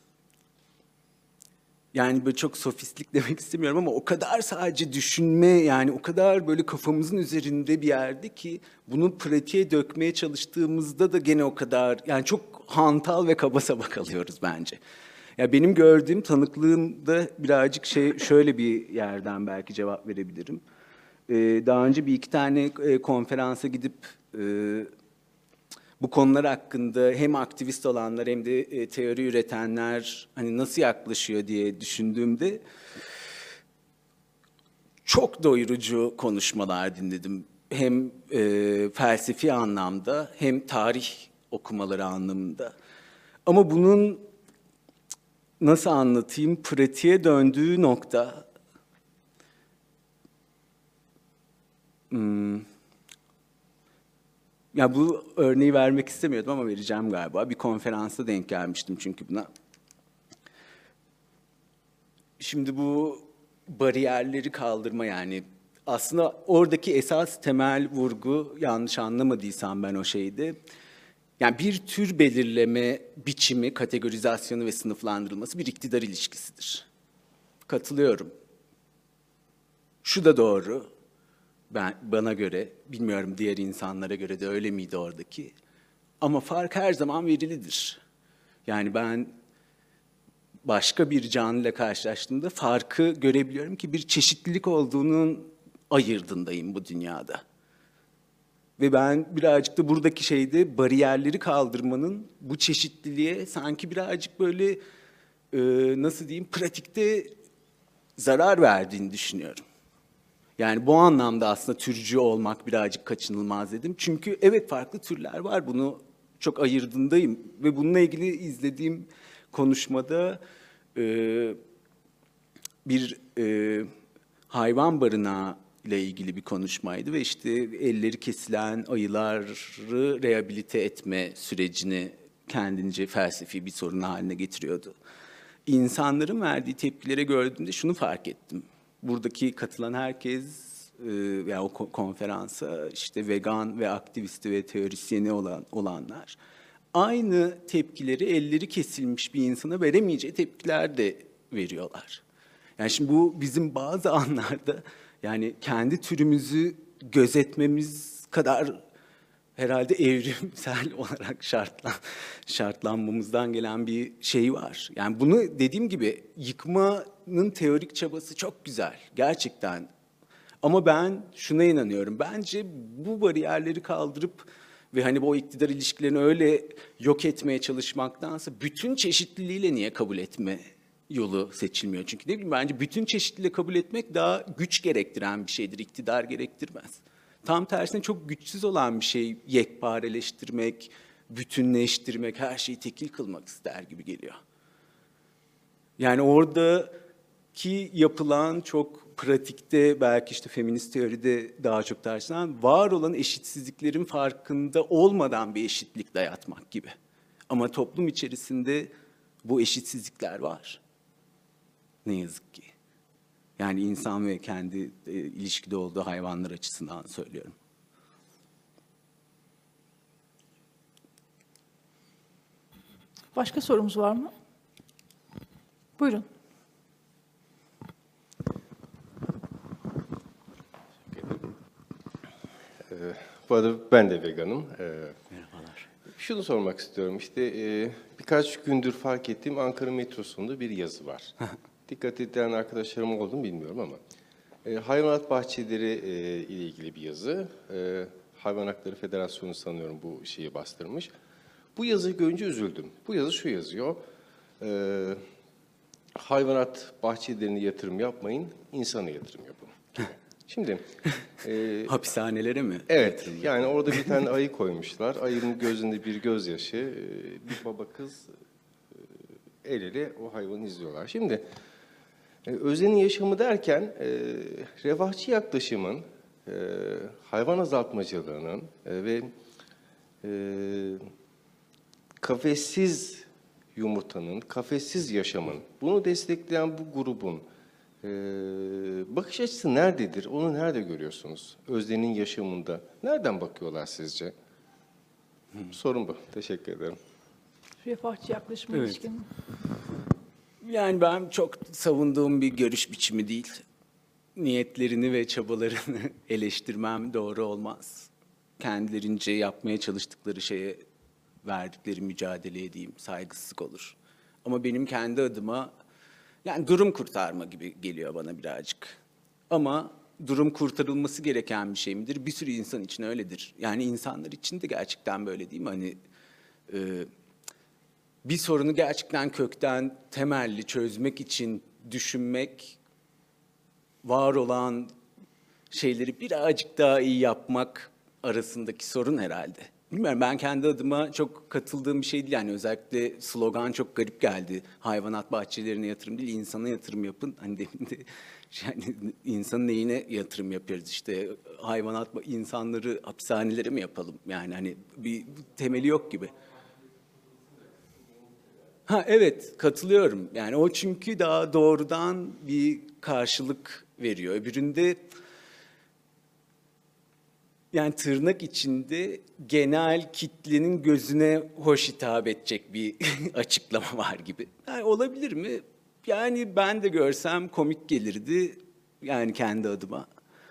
yani böyle çok sofistik demek istemiyorum ama o kadar sadece düşünme, yani o kadar böyle kafamızın üzerinde bir yerde ki bunu pratiğe dökmeye çalıştığımızda da gene o kadar, yani çok hantal ve kaba saba kalıyoruz bence. Ya benim gördüğüm tanıklığımda birazcık şey, şöyle bir yerden belki cevap verebilirim. Ee, daha önce bir iki tane e, konferansa gidip e, bu konular hakkında hem aktivist olanlar hem de e, teori üretenler hani nasıl yaklaşıyor diye düşündüğümde çok doyurucu konuşmalar dinledim. Hem e, felsefi anlamda hem tarih okumaları anlamında. Ama bunun nasıl anlatayım, pratiğe döndüğü nokta hmm, ya bu örneği vermek istemiyordum ama vereceğim galiba. Bir konferansta denk gelmiştim çünkü buna. Şimdi bu bariyerleri kaldırma, yani aslında oradaki esas temel vurgu, yanlış anlamadıysam ben o şeydi. Yani bir tür belirleme biçimi, kategorizasyonu ve sınıflandırılması bir iktidar ilişkisidir. Katılıyorum. Şu da doğru. Ben, bana göre, bilmiyorum diğer insanlara göre de öyle miydi oradaki. Ama fark her zaman verilidir. Yani ben başka bir canlıyla karşılaştığımda farkı görebiliyorum ki bir çeşitlilik olduğunun ayırdındayım bu dünyada. Ve ben birazcık da buradaki şeyde bariyerleri kaldırmanın bu çeşitliliğe sanki birazcık böyle e, nasıl diyeyim, pratikte zarar verdiğini düşünüyorum. Yani bu anlamda aslında türcü olmak birazcık kaçınılmaz dedim. Çünkü evet farklı türler var, bunu çok ayırdındayım. Ve bununla ilgili izlediğim konuşmada e, bir e, hayvan barınağı ile ilgili bir konuşmaydı ve işte elleri kesilen ayıları rehabilite etme sürecini kendince felsefi bir sorun haline getiriyordu. İnsanların verdiği tepkilere gördüğümde şunu fark ettim. Buradaki katılan herkes veya o konferansa işte vegan ve aktivisti ve teorisyeni olan olanlar aynı tepkileri elleri kesilmiş bir insana veremeyeceği tepkiler de veriyorlar. Yani şimdi bu bizim bazı anlarda yani kendi türümüzü gözetmemiz kadar herhalde evrimsel olarak şartlan, şartlanmamızdan gelen bir şey var. Yani bunu dediğim gibi yıkmanın teorik çabası çok güzel gerçekten. Ama ben şuna inanıyorum. Bence bu bariyerleri kaldırıp ve hani bu iktidar ilişkilerini öyle yok etmeye çalışmaktansa bütün çeşitliliğiyle niye kabul etme yolu seçilmiyor? Çünkü ne bileyim bence bütün çeşitliliği kabul etmek daha güç gerektiren bir şeydir, iktidar gerektirmez. Tam tersine çok güçsüz olan bir şey yekpareleştirmek, bütünleştirmek, her şeyi tekil kılmak ister gibi geliyor. Yani oradaki yapılan çok pratikte belki işte feminist teoride daha çok tartışılan var olan eşitsizliklerin farkında olmadan bir eşitlik dayatmak gibi. Ama toplum içerisinde bu eşitsizlikler var. Ne yazık ki. Yani insan ve kendi e, ilişkide olduğu hayvanlar açısından söylüyorum. Başka sorumuz var mı? Buyurun. Ee, bu arada ben de veganım. Ee, Merhabalar. şunu sormak istiyorum. İşte e, birkaç gündür fark ettiğim Ankara metrosunda bir yazı var. Dikkat eden arkadaşlarım oldu mu bilmiyorum ama. E, hayvanat bahçeleri e, ile ilgili bir yazı. E, Hayvan Hakları Federasyonu sanıyorum bu şeyi bastırmış. Bu yazıyı görünce üzüldüm. Bu yazı şu yazıyor. E, hayvanat bahçelerine yatırım yapmayın, insana yatırım yapın. Şimdi... E, Hapishanelere mi? Evet, Yatırım yani orada bir tane ayı koymuşlar. Ayının gözünde bir gözyaşı, e, bir baba kız e, el ele o hayvanı izliyorlar. Şimdi e, Özen'in yaşamı derken e, refahçı yaklaşımın, e, hayvan azaltmacılığının e, ve e, kafessiz yumurtanın, kafessiz yaşamın, bunu destekleyen bu grubun Ee, bakış açısı nerededir? Onu nerede görüyorsunuz? Özden'in yaşamında. Nereden bakıyorlar sizce? Hmm. Sorun bu. Teşekkür ederim. Refahçı yaklaşıma Evet. ilişkin. Yani ben çok savunduğum bir görüş biçimi değil. Niyetlerini ve çabalarını eleştirmem doğru olmaz. Kendilerince yapmaya çalıştıkları şeye verdikleri mücadeleye diyeyim saygısızlık olur. Ama benim kendi adıma yani durum kurtarma gibi geliyor bana birazcık. Ama durum kurtarılması gereken bir şey midir? Bir sürü insan için öyledir. Yani insanlar için de gerçekten böyle değil mi? Hani e, bir sorunu gerçekten kökten temelli çözmek için düşünmek, var olan şeyleri birazcık daha iyi yapmak arasındaki sorun herhalde. Bilmiyorum, ben kendi adıma çok katıldığım bir şey değil. Yani özellikle slogan çok garip geldi. Hayvanat bahçelerine yatırım değil, insana yatırım yapın. Hani demin de yani insanın neyine yatırım yapıyoruz işte, hayvanat, insanları hapishanelere mi yapalım? Yani hani bir temeli yok gibi. Ha evet, katılıyorum. Yani o çünkü daha doğrudan bir karşılık veriyor. Öbüründe yani tırnak içinde genel kitlenin gözüne hoş hitap edecek bir açıklama var gibi. Yani olabilir mi? Yani ben de görsem komik gelirdi yani kendi adıma.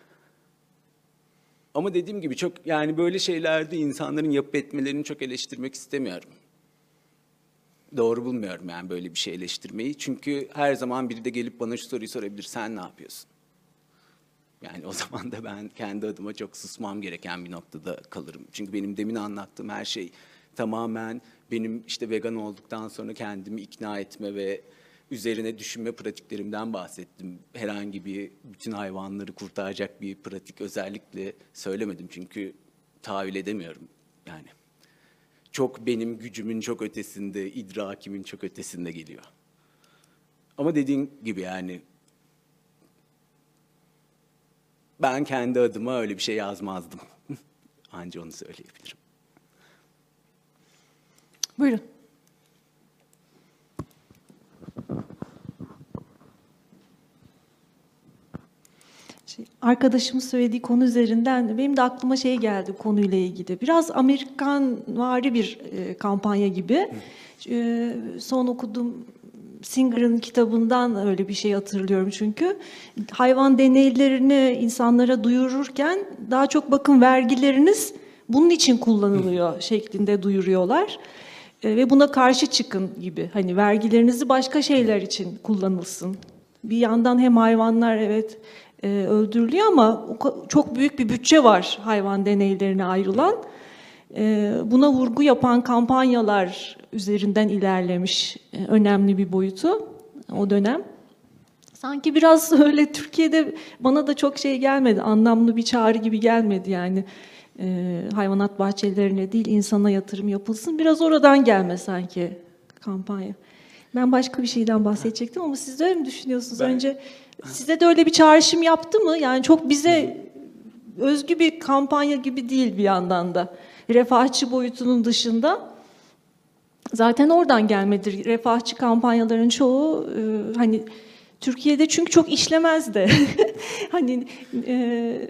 Ama dediğim gibi çok yani böyle şeylerde insanların yapıp etmelerini çok eleştirmek istemiyorum. Doğru bulmuyorum yani böyle bir şey eleştirmeyi. Çünkü her zaman biri de gelip bana şu soruyu sorabilir. Sen ne yapıyorsun? Yani o zaman da ben kendi adıma çok susmam gereken bir noktada kalırım. Çünkü benim demin anlattığım her şey tamamen benim işte vegan olduktan sonra kendimi ikna etme ve üzerine düşünme pratiklerimden bahsettim. Herhangi bir bütün hayvanları kurtaracak bir pratik özellikle söylemedim. Çünkü tahayyül edemiyorum yani. Çok benim gücümün çok ötesinde, idrakimin çok ötesinde geliyor. Ama dediğin gibi yani ben kendi adıma öyle bir şey yazmazdım. Anca onu söyleyebilirim. Buyurun. Şey, arkadaşımın söylediği konu üzerinden benim de aklıma şey geldi konuyla ilgili. Biraz Amerikanvari bir e, kampanya gibi. E, son okuduğum Singer'ın kitabından öyle bir şey hatırlıyorum çünkü. Hayvan deneylerini insanlara duyururken daha çok bakın vergileriniz bunun için kullanılıyor şeklinde duyuruyorlar. E, ve buna karşı çıkın gibi. Hani vergilerinizi başka şeyler için kullanılsın. Bir yandan hem hayvanlar evet e, öldürülüyor ama o, çok büyük bir bütçe var hayvan deneylerine ayrılan. E, buna vurgu yapan kampanyalar üzerinden ilerlemiş e, önemli bir boyutu o dönem. Sanki biraz öyle Türkiye'de bana da çok şey gelmedi, anlamlı bir çağrı gibi gelmedi yani. E, hayvanat bahçelerine değil insana yatırım yapılsın. Biraz oradan gelme sanki kampanya. Ben başka bir şeyden bahsedecektim ama siz de öyle mi düşünüyorsunuz? Ben... Önce size de öyle bir çağrışım yaptı mı? Yani çok bize özgü bir kampanya gibi değil bir yandan da. Refahçı boyutunun dışında. Zaten oradan gelmedir. Refahçı kampanyaların çoğu e, hani Türkiye'de çünkü çok işlemez de. hani e,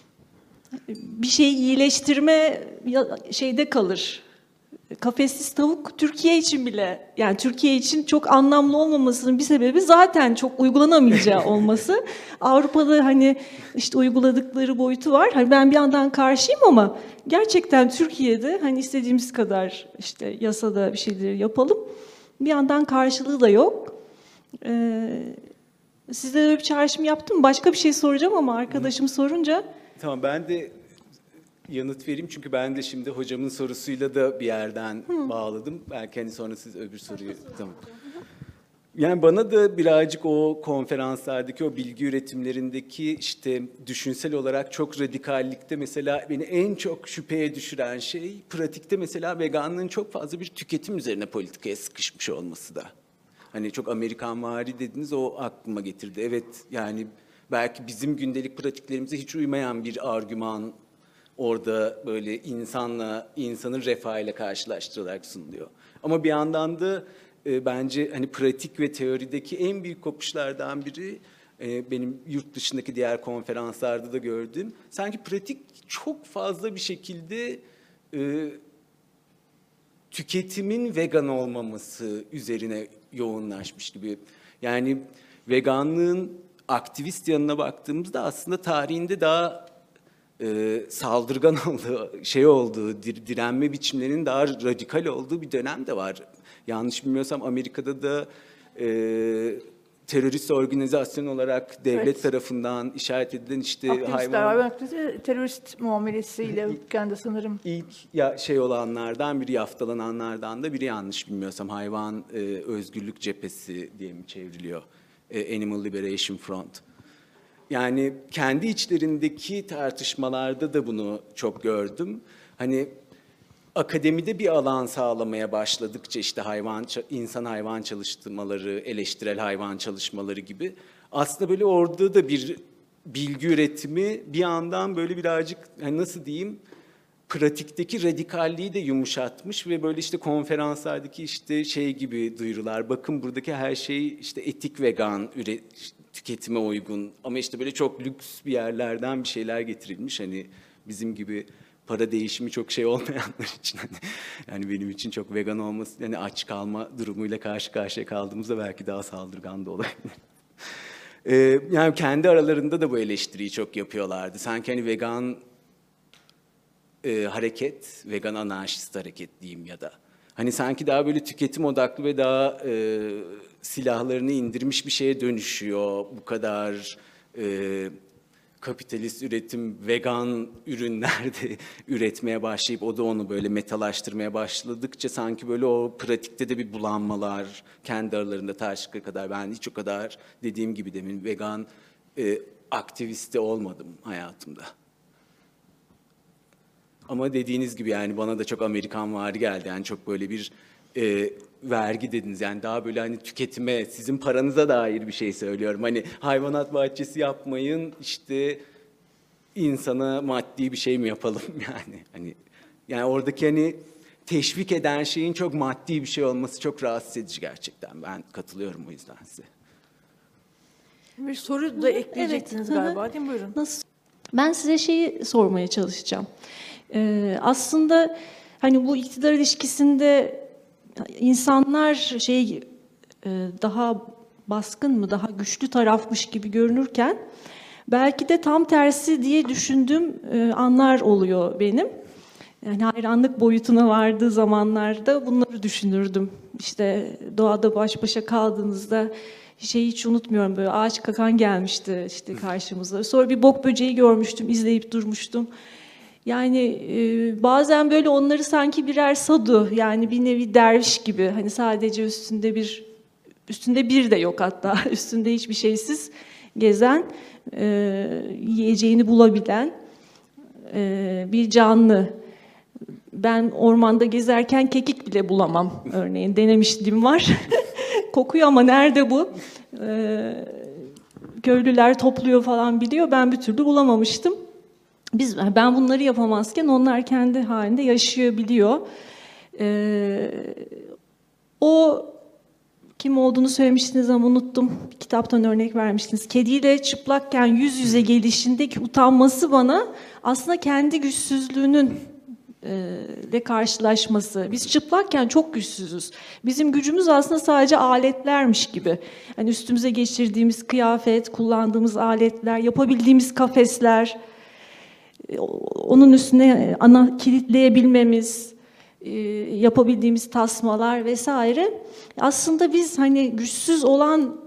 bir şeyi iyileştirme şeyde kalır. Kafessiz tavuk Türkiye için bile, yani Türkiye için çok anlamlı olmamasının bir sebebi zaten çok uygulanamayacağı olması. Avrupa'da hani işte uyguladıkları boyutu var. Hani ben bir yandan karşıyım ama gerçekten Türkiye'de hani istediğimiz kadar işte yasada bir şeyleri yapalım. Bir yandan karşılığı da yok. Ee, size öyle bir çağrışım yaptım mı? Başka bir şey soracağım ama arkadaşım sorunca. Tamam, ben de yanıt vereyim çünkü ben de şimdi hocamın sorusuyla da bir yerden Hı. bağladım. Belki hani sonra siz öbür soruyu... Tamam. Yani bana da birazcık o konferanslardaki, o bilgi üretimlerindeki işte düşünsel olarak çok radikallikte mesela beni en çok şüpheye düşüren şey pratikte mesela veganlığın çok fazla bir tüketim üzerine politikaya sıkışmış olması da. Hani çok Amerikanvari dediniz, o aklıma getirdi. Evet, yani belki bizim gündelik pratiklerimize hiç uymayan bir argüman orada böyle insanla, insanın refahıyla karşılaştırılarak sunuluyor. Ama bir yandan da e, bence hani pratik ve teorideki en büyük kopuşlardan biri e, benim yurt dışındaki diğer konferanslarda da gördüğüm, sanki pratik çok fazla bir şekilde e, tüketimin vegan olmaması üzerine yoğunlaşmış gibi. Yani veganlığın aktivist yanına baktığımızda aslında tarihinde daha e, saldırgan olduğu, şey olduğu, dir, direnme biçimlerinin daha radikal olduğu bir dönem de var. Yanlış bilmiyorsam Amerika'da da e, terörist organizasyon olarak devlet evet. tarafından işaret edilen işte aktivistler, hayvan aktivisti, terörist muamelesiyle ülkende sanırım. İlk ya şey olanlardan biri, yaftalananlardan da biri, yanlış bilmiyorsam hayvan e, özgürlük cephesi diye mi çevriliyor? E, Animal Liberation Front. Yani kendi içlerindeki tartışmalarda da bunu çok gördüm. Hani akademide bir alan sağlamaya başladıkça işte hayvan, insan hayvan çalıştırmaları, eleştirel hayvan çalışmaları gibi aslında böyle orada da bir bilgi üretimi bir yandan böyle birazcık hani nasıl diyeyim pratikteki radikalliği de yumuşatmış ve böyle işte konferanslardaki işte şey gibi duyurular. Bakın buradaki her şey işte etik vegan üret tüketime uygun ama işte böyle çok lüks bir yerlerden bir şeyler getirilmiş. Hani bizim gibi para değişimi çok şey olmayanlar için hani yani benim için çok vegan olması, yani aç kalma durumuyla karşı karşıya kaldığımızda belki daha saldırgan da olabilir. ee, yani kendi aralarında da bu eleştiriyi çok yapıyorlardı. Sanki hani vegan e, hareket, vegan anarşist hareket diyeyim ya da hani sanki daha böyle tüketim odaklı ve daha e, silahlarını indirmiş bir şeye dönüşüyor. Bu kadar e, kapitalist üretim, vegan ürünlerde üretmeye başlayıp o da onu böyle metalaştırmaya başladıkça sanki böyle o pratikte de bir bulanmalar kendi aralarında tartıştıkları kadar ben hiç o kadar dediğim gibi demin vegan e, aktivisti olmadım hayatımda. Ama dediğiniz gibi yani bana da çok Amerikanvari geldi. Yani çok böyle bir e, vergi dediniz. Yani daha böyle hani tüketime, sizin paranıza dair bir şey söylüyorum. Hani hayvanat bahçesi yapmayın, işte insana maddi bir şey mi yapalım yani? Hani yani oradaki hani teşvik eden şeyin çok maddi bir şey olması çok rahatsız edici gerçekten. Ben katılıyorum o yüzden size. Bir soru da ekleyecektiniz Evet, hı hı. galiba değil mi? Buyurun. Nasıl? Ben size şeyi sormaya çalışacağım. Ee, aslında hani bu iktidar ilişkisinde insanlar şey e, daha baskın mı, daha güçlü tarafmış gibi görünürken belki de tam tersi diye düşündüğüm e, anlar oluyor benim. Yani hayranlık boyutuna vardığı zamanlarda bunları düşünürdüm. İşte doğada baş başa kaldığınızda şeyi hiç unutmuyorum, böyle ağaç kakan gelmişti işte karşımıza. Sonra bir bok böceği görmüştüm, izleyip durmuştum. Yani e, bazen böyle onları sanki birer sadu, yani bir nevi derviş gibi, hani sadece üstünde bir üstünde bir de yok, hatta üstünde hiçbir şeysiz gezen, e, yiyeceğini bulabilen e, bir canlı. Ben ormanda gezerken kekik bile bulamam örneğin, denemişliğim var. Kokuyor ama nerede bu? Ee, köylüler topluyor falan biliyor. Ben bir türlü bulamamıştım. Biz, ben bunları yapamazken onlar kendi halinde yaşayabiliyor. Ee, o kim olduğunu söylemiştiniz ama unuttum. Bir kitaptan örnek vermiştiniz. Kediyle çıplakken yüz yüze gelişindeki utanması bana aslında kendi güçsüzlüğünün ile karşılaşması. Biz çıplakken çok güçsüzüz. Bizim gücümüz aslında sadece aletlermiş gibi. Yani üstümüze geçirdiğimiz kıyafet, kullandığımız aletler, yapabildiğimiz kafesler, onun üstüne ana kilitleyebilmemiz, yapabildiğimiz tasmalar vesaire. Aslında biz hani güçsüz olan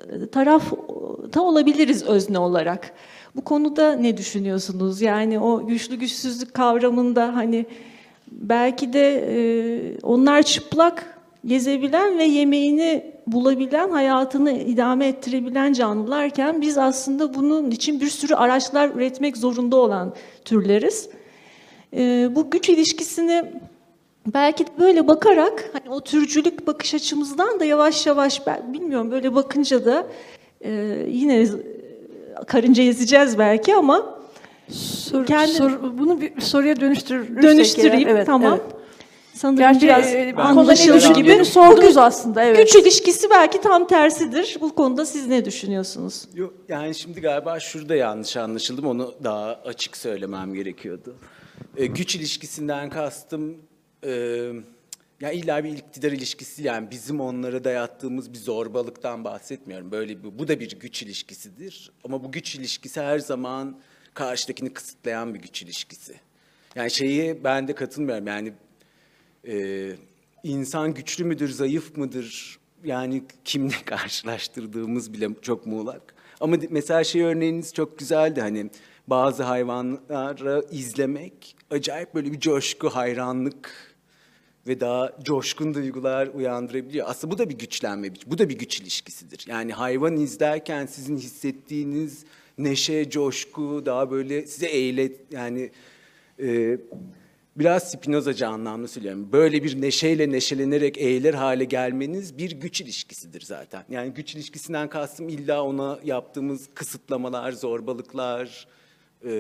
tarafta olabiliriz özne olarak. Bu konuda ne düşünüyorsunuz? Yani o güçlü güçsüzlük kavramında hani belki de e, onlar çıplak gezebilen ve yemeğini bulabilen, hayatını idame ettirebilen canlılarken biz aslında bunun için bir sürü araçlar üretmek zorunda olan türleriz. E, bu güç ilişkisini belki de böyle bakarak, hani o türcülük bakış açımızdan da yavaş yavaş, ben bilmiyorum, böyle bakınca da e, yine karınca ezeceğiz belki ama Sor, kendi sor- bunu bir soruya dönüştürürsek dönüştüreyim, eğer, evet, tamam. evet. Sanırım Gerçi biraz e, bu anlaşıldı konuda ne gibi. gibi sordunuz aslında. Evet. Güç ilişkisi belki tam tersidir. Bu konuda siz ne düşünüyorsunuz? Yok, yani şimdi galiba şurada yanlış anlaşıldım. Onu daha açık söylemem gerekiyordu. E, güç ilişkisinden kastım e, ya illa bir iktidar ilişkisi, yani bizim onlara dayattığımız bir zorbalıktan bahsetmiyorum. Böyle bir, bu da bir güç ilişkisidir. Ama bu güç ilişkisi her zaman karşıdakini kısıtlayan bir güç ilişkisi. Yani şeyi ben de katılmıyorum. Yani e, insan güçlü müdür, zayıf mıdır? Yani kimle karşılaştırdığımız bile çok muğlak. Ama mesela şey örneğiniz çok güzeldi, hani bazı hayvanları izlemek acayip böyle bir coşku, hayranlık ve daha coşkun duygular uyandırabiliyor. Aslında bu da bir güçlenme, bu da bir güç ilişkisidir. Yani hayvan izlerken sizin hissettiğiniz neşe, coşku, daha böyle size eğlet, yani e, biraz Spinozacı anlamda söylüyorum. Böyle bir neşeyle neşelenerek eğilir hale gelmeniz bir güç ilişkisidir zaten. Yani güç ilişkisinden kastım illa ona yaptığımız kısıtlamalar, zorbalıklar, e,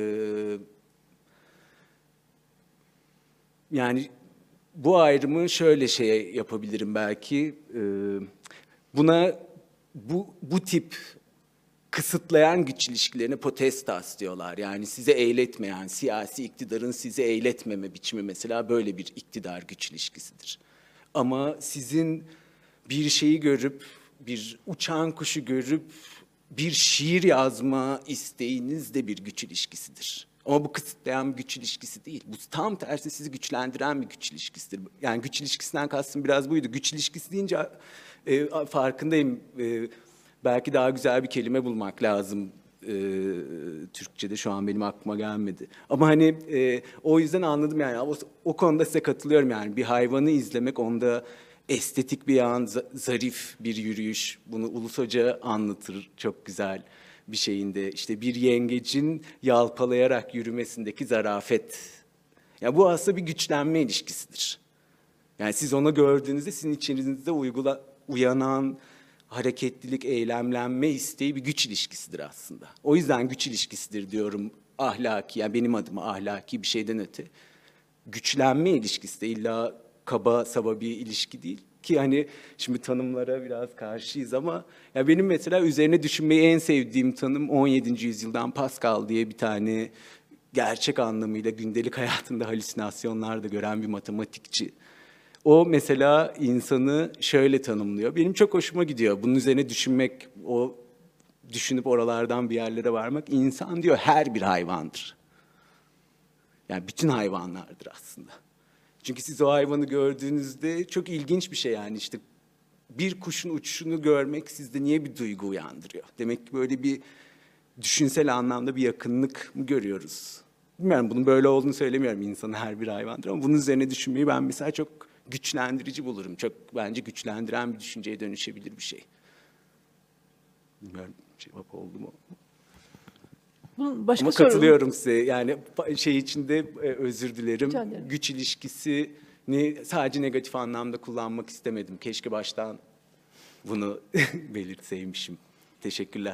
yani bu ayrımı şöyle şey yapabilirim belki. E, buna bu bu tip kısıtlayan güç ilişkilerine potestas diyorlar. Yani size eğletmeyen, siyasi iktidarın size eğletmeme biçimi mesela böyle bir iktidar güç ilişkisidir. Ama sizin bir şeyi görüp, bir uçan kuşu görüp bir şiir yazma isteğiniz de bir güç ilişkisidir. Ama bu kısıtlayan bir güç ilişkisi değil. Bu tam tersi sizi güçlendiren bir güç ilişkisidir. Yani güç ilişkisinden kastım biraz buydu. Güç ilişkisi deyince e, farkındayım. E, belki daha güzel bir kelime bulmak lazım. E, Türkçe'de şu an benim aklıma gelmedi. Ama hani e, o yüzden anladım yani. O, o konuda size katılıyorum yani. Bir hayvanı izlemek, onda estetik bir an, zarif bir yürüyüş. Bunu Ulus Hoca anlatır çok güzel bir şeyinde. İşte bir yengecin yalpalayarak yürümesindeki zarafet. Yani bu aslında bir güçlenme ilişkisidir. Yani siz onu gördüğünüzde sizin içinizde uygula, uyanan hareketlilik, eylemlenme isteği bir güç ilişkisidir aslında. O yüzden güç ilişkisidir diyorum ahlaki, yani benim adıma ahlaki bir şeyden öte güçlenme ilişkisi de illa kaba saba bir ilişki değil ki, hani şimdi tanımlara biraz karşıyız ama ya benim mesela üzerine düşünmeyi en sevdiğim tanım on yedinci yüzyıldan Pascal diye bir tane gerçek anlamıyla gündelik hayatında halüsinasyonlar da gören bir matematikçi. O mesela insanı şöyle tanımlıyor. Benim çok hoşuma gidiyor. Bunun üzerine düşünmek, o düşünüp oralardan bir yerlere varmak. İnsan diyor her bir hayvandır. Yani bütün hayvanlardır aslında. Çünkü siz o hayvanı gördüğünüzde çok ilginç bir şey, yani işte bir kuşun uçuşunu görmek sizde niye bir duygu uyandırıyor? Demek ki böyle bir düşünsel anlamda bir yakınlık mı görüyoruz? Bilmiyorum, bunun böyle olduğunu söylemiyorum, insanın her bir hayvandır, ama bunun üzerine düşünmeyi ben mesela çok güçlendirici bulurum. Çok bence güçlendiren bir düşünceye dönüşebilir bir şey. Bilmiyorum cevap oldu mu? Bunun başka Ama soru- katılıyorum size. Yani şey içinde e, özür dilerim. Rica ederim. Güç ilişkisini sadece negatif anlamda kullanmak istemedim. Keşke baştan bunu belirtseymişim. Teşekkürler.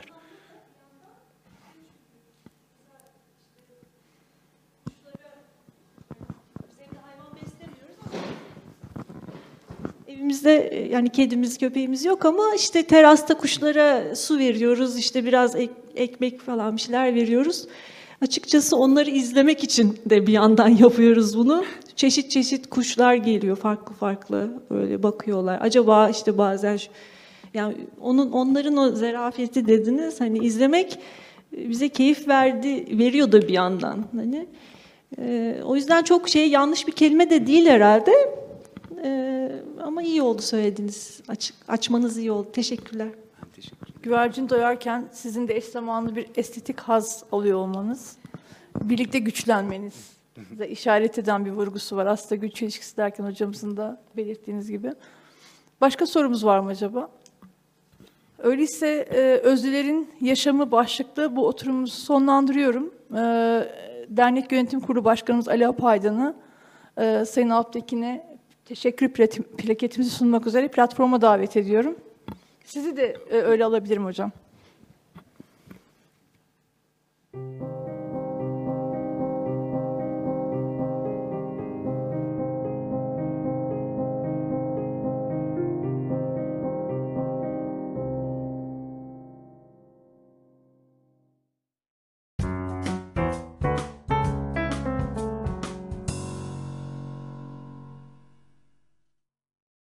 Evimizde e, yani kedimiz, köpeğimiz yok ama işte terasta kuşlara su veriyoruz, işte biraz ek- ekmek falan bir şeyler veriyoruz. Açıkçası onları izlemek için de bir yandan yapıyoruz bunu. Çeşit çeşit kuşlar geliyor, farklı farklı böyle bakıyorlar. Acaba işte bazen şu- yani onun onların o zarafeti dediniz, hani izlemek e, bize keyif verdi, veriyor da bir yandan. Hani e, o yüzden çok şey, yanlış bir kelime de değil herhalde. Ee, ama iyi oldu söylediğiniz. Aç, açmanız iyi oldu. Teşekkürler. Ben teşekkür ederim. Güvercin doyarken sizin de eş zamanlı bir estetik haz alıyor olmanız, birlikte güçlenmenize işaret eden bir vurgusu var. Aslında güç ilişkisi derken hocamızın da belirttiğiniz gibi. Başka sorumuz var mı acaba? Öyleyse e, Özlülerin Yaşamı başlıklı bu oturumumuzu sonlandırıyorum. E, Dernek Yönetim Kurulu Başkanımız Ali Apaydan'ı, e, Sayın Alptekin'e teşekkür plaketimizi sunmak üzere platforma davet ediyorum. Sizi de e, öyle alabilirim hocam.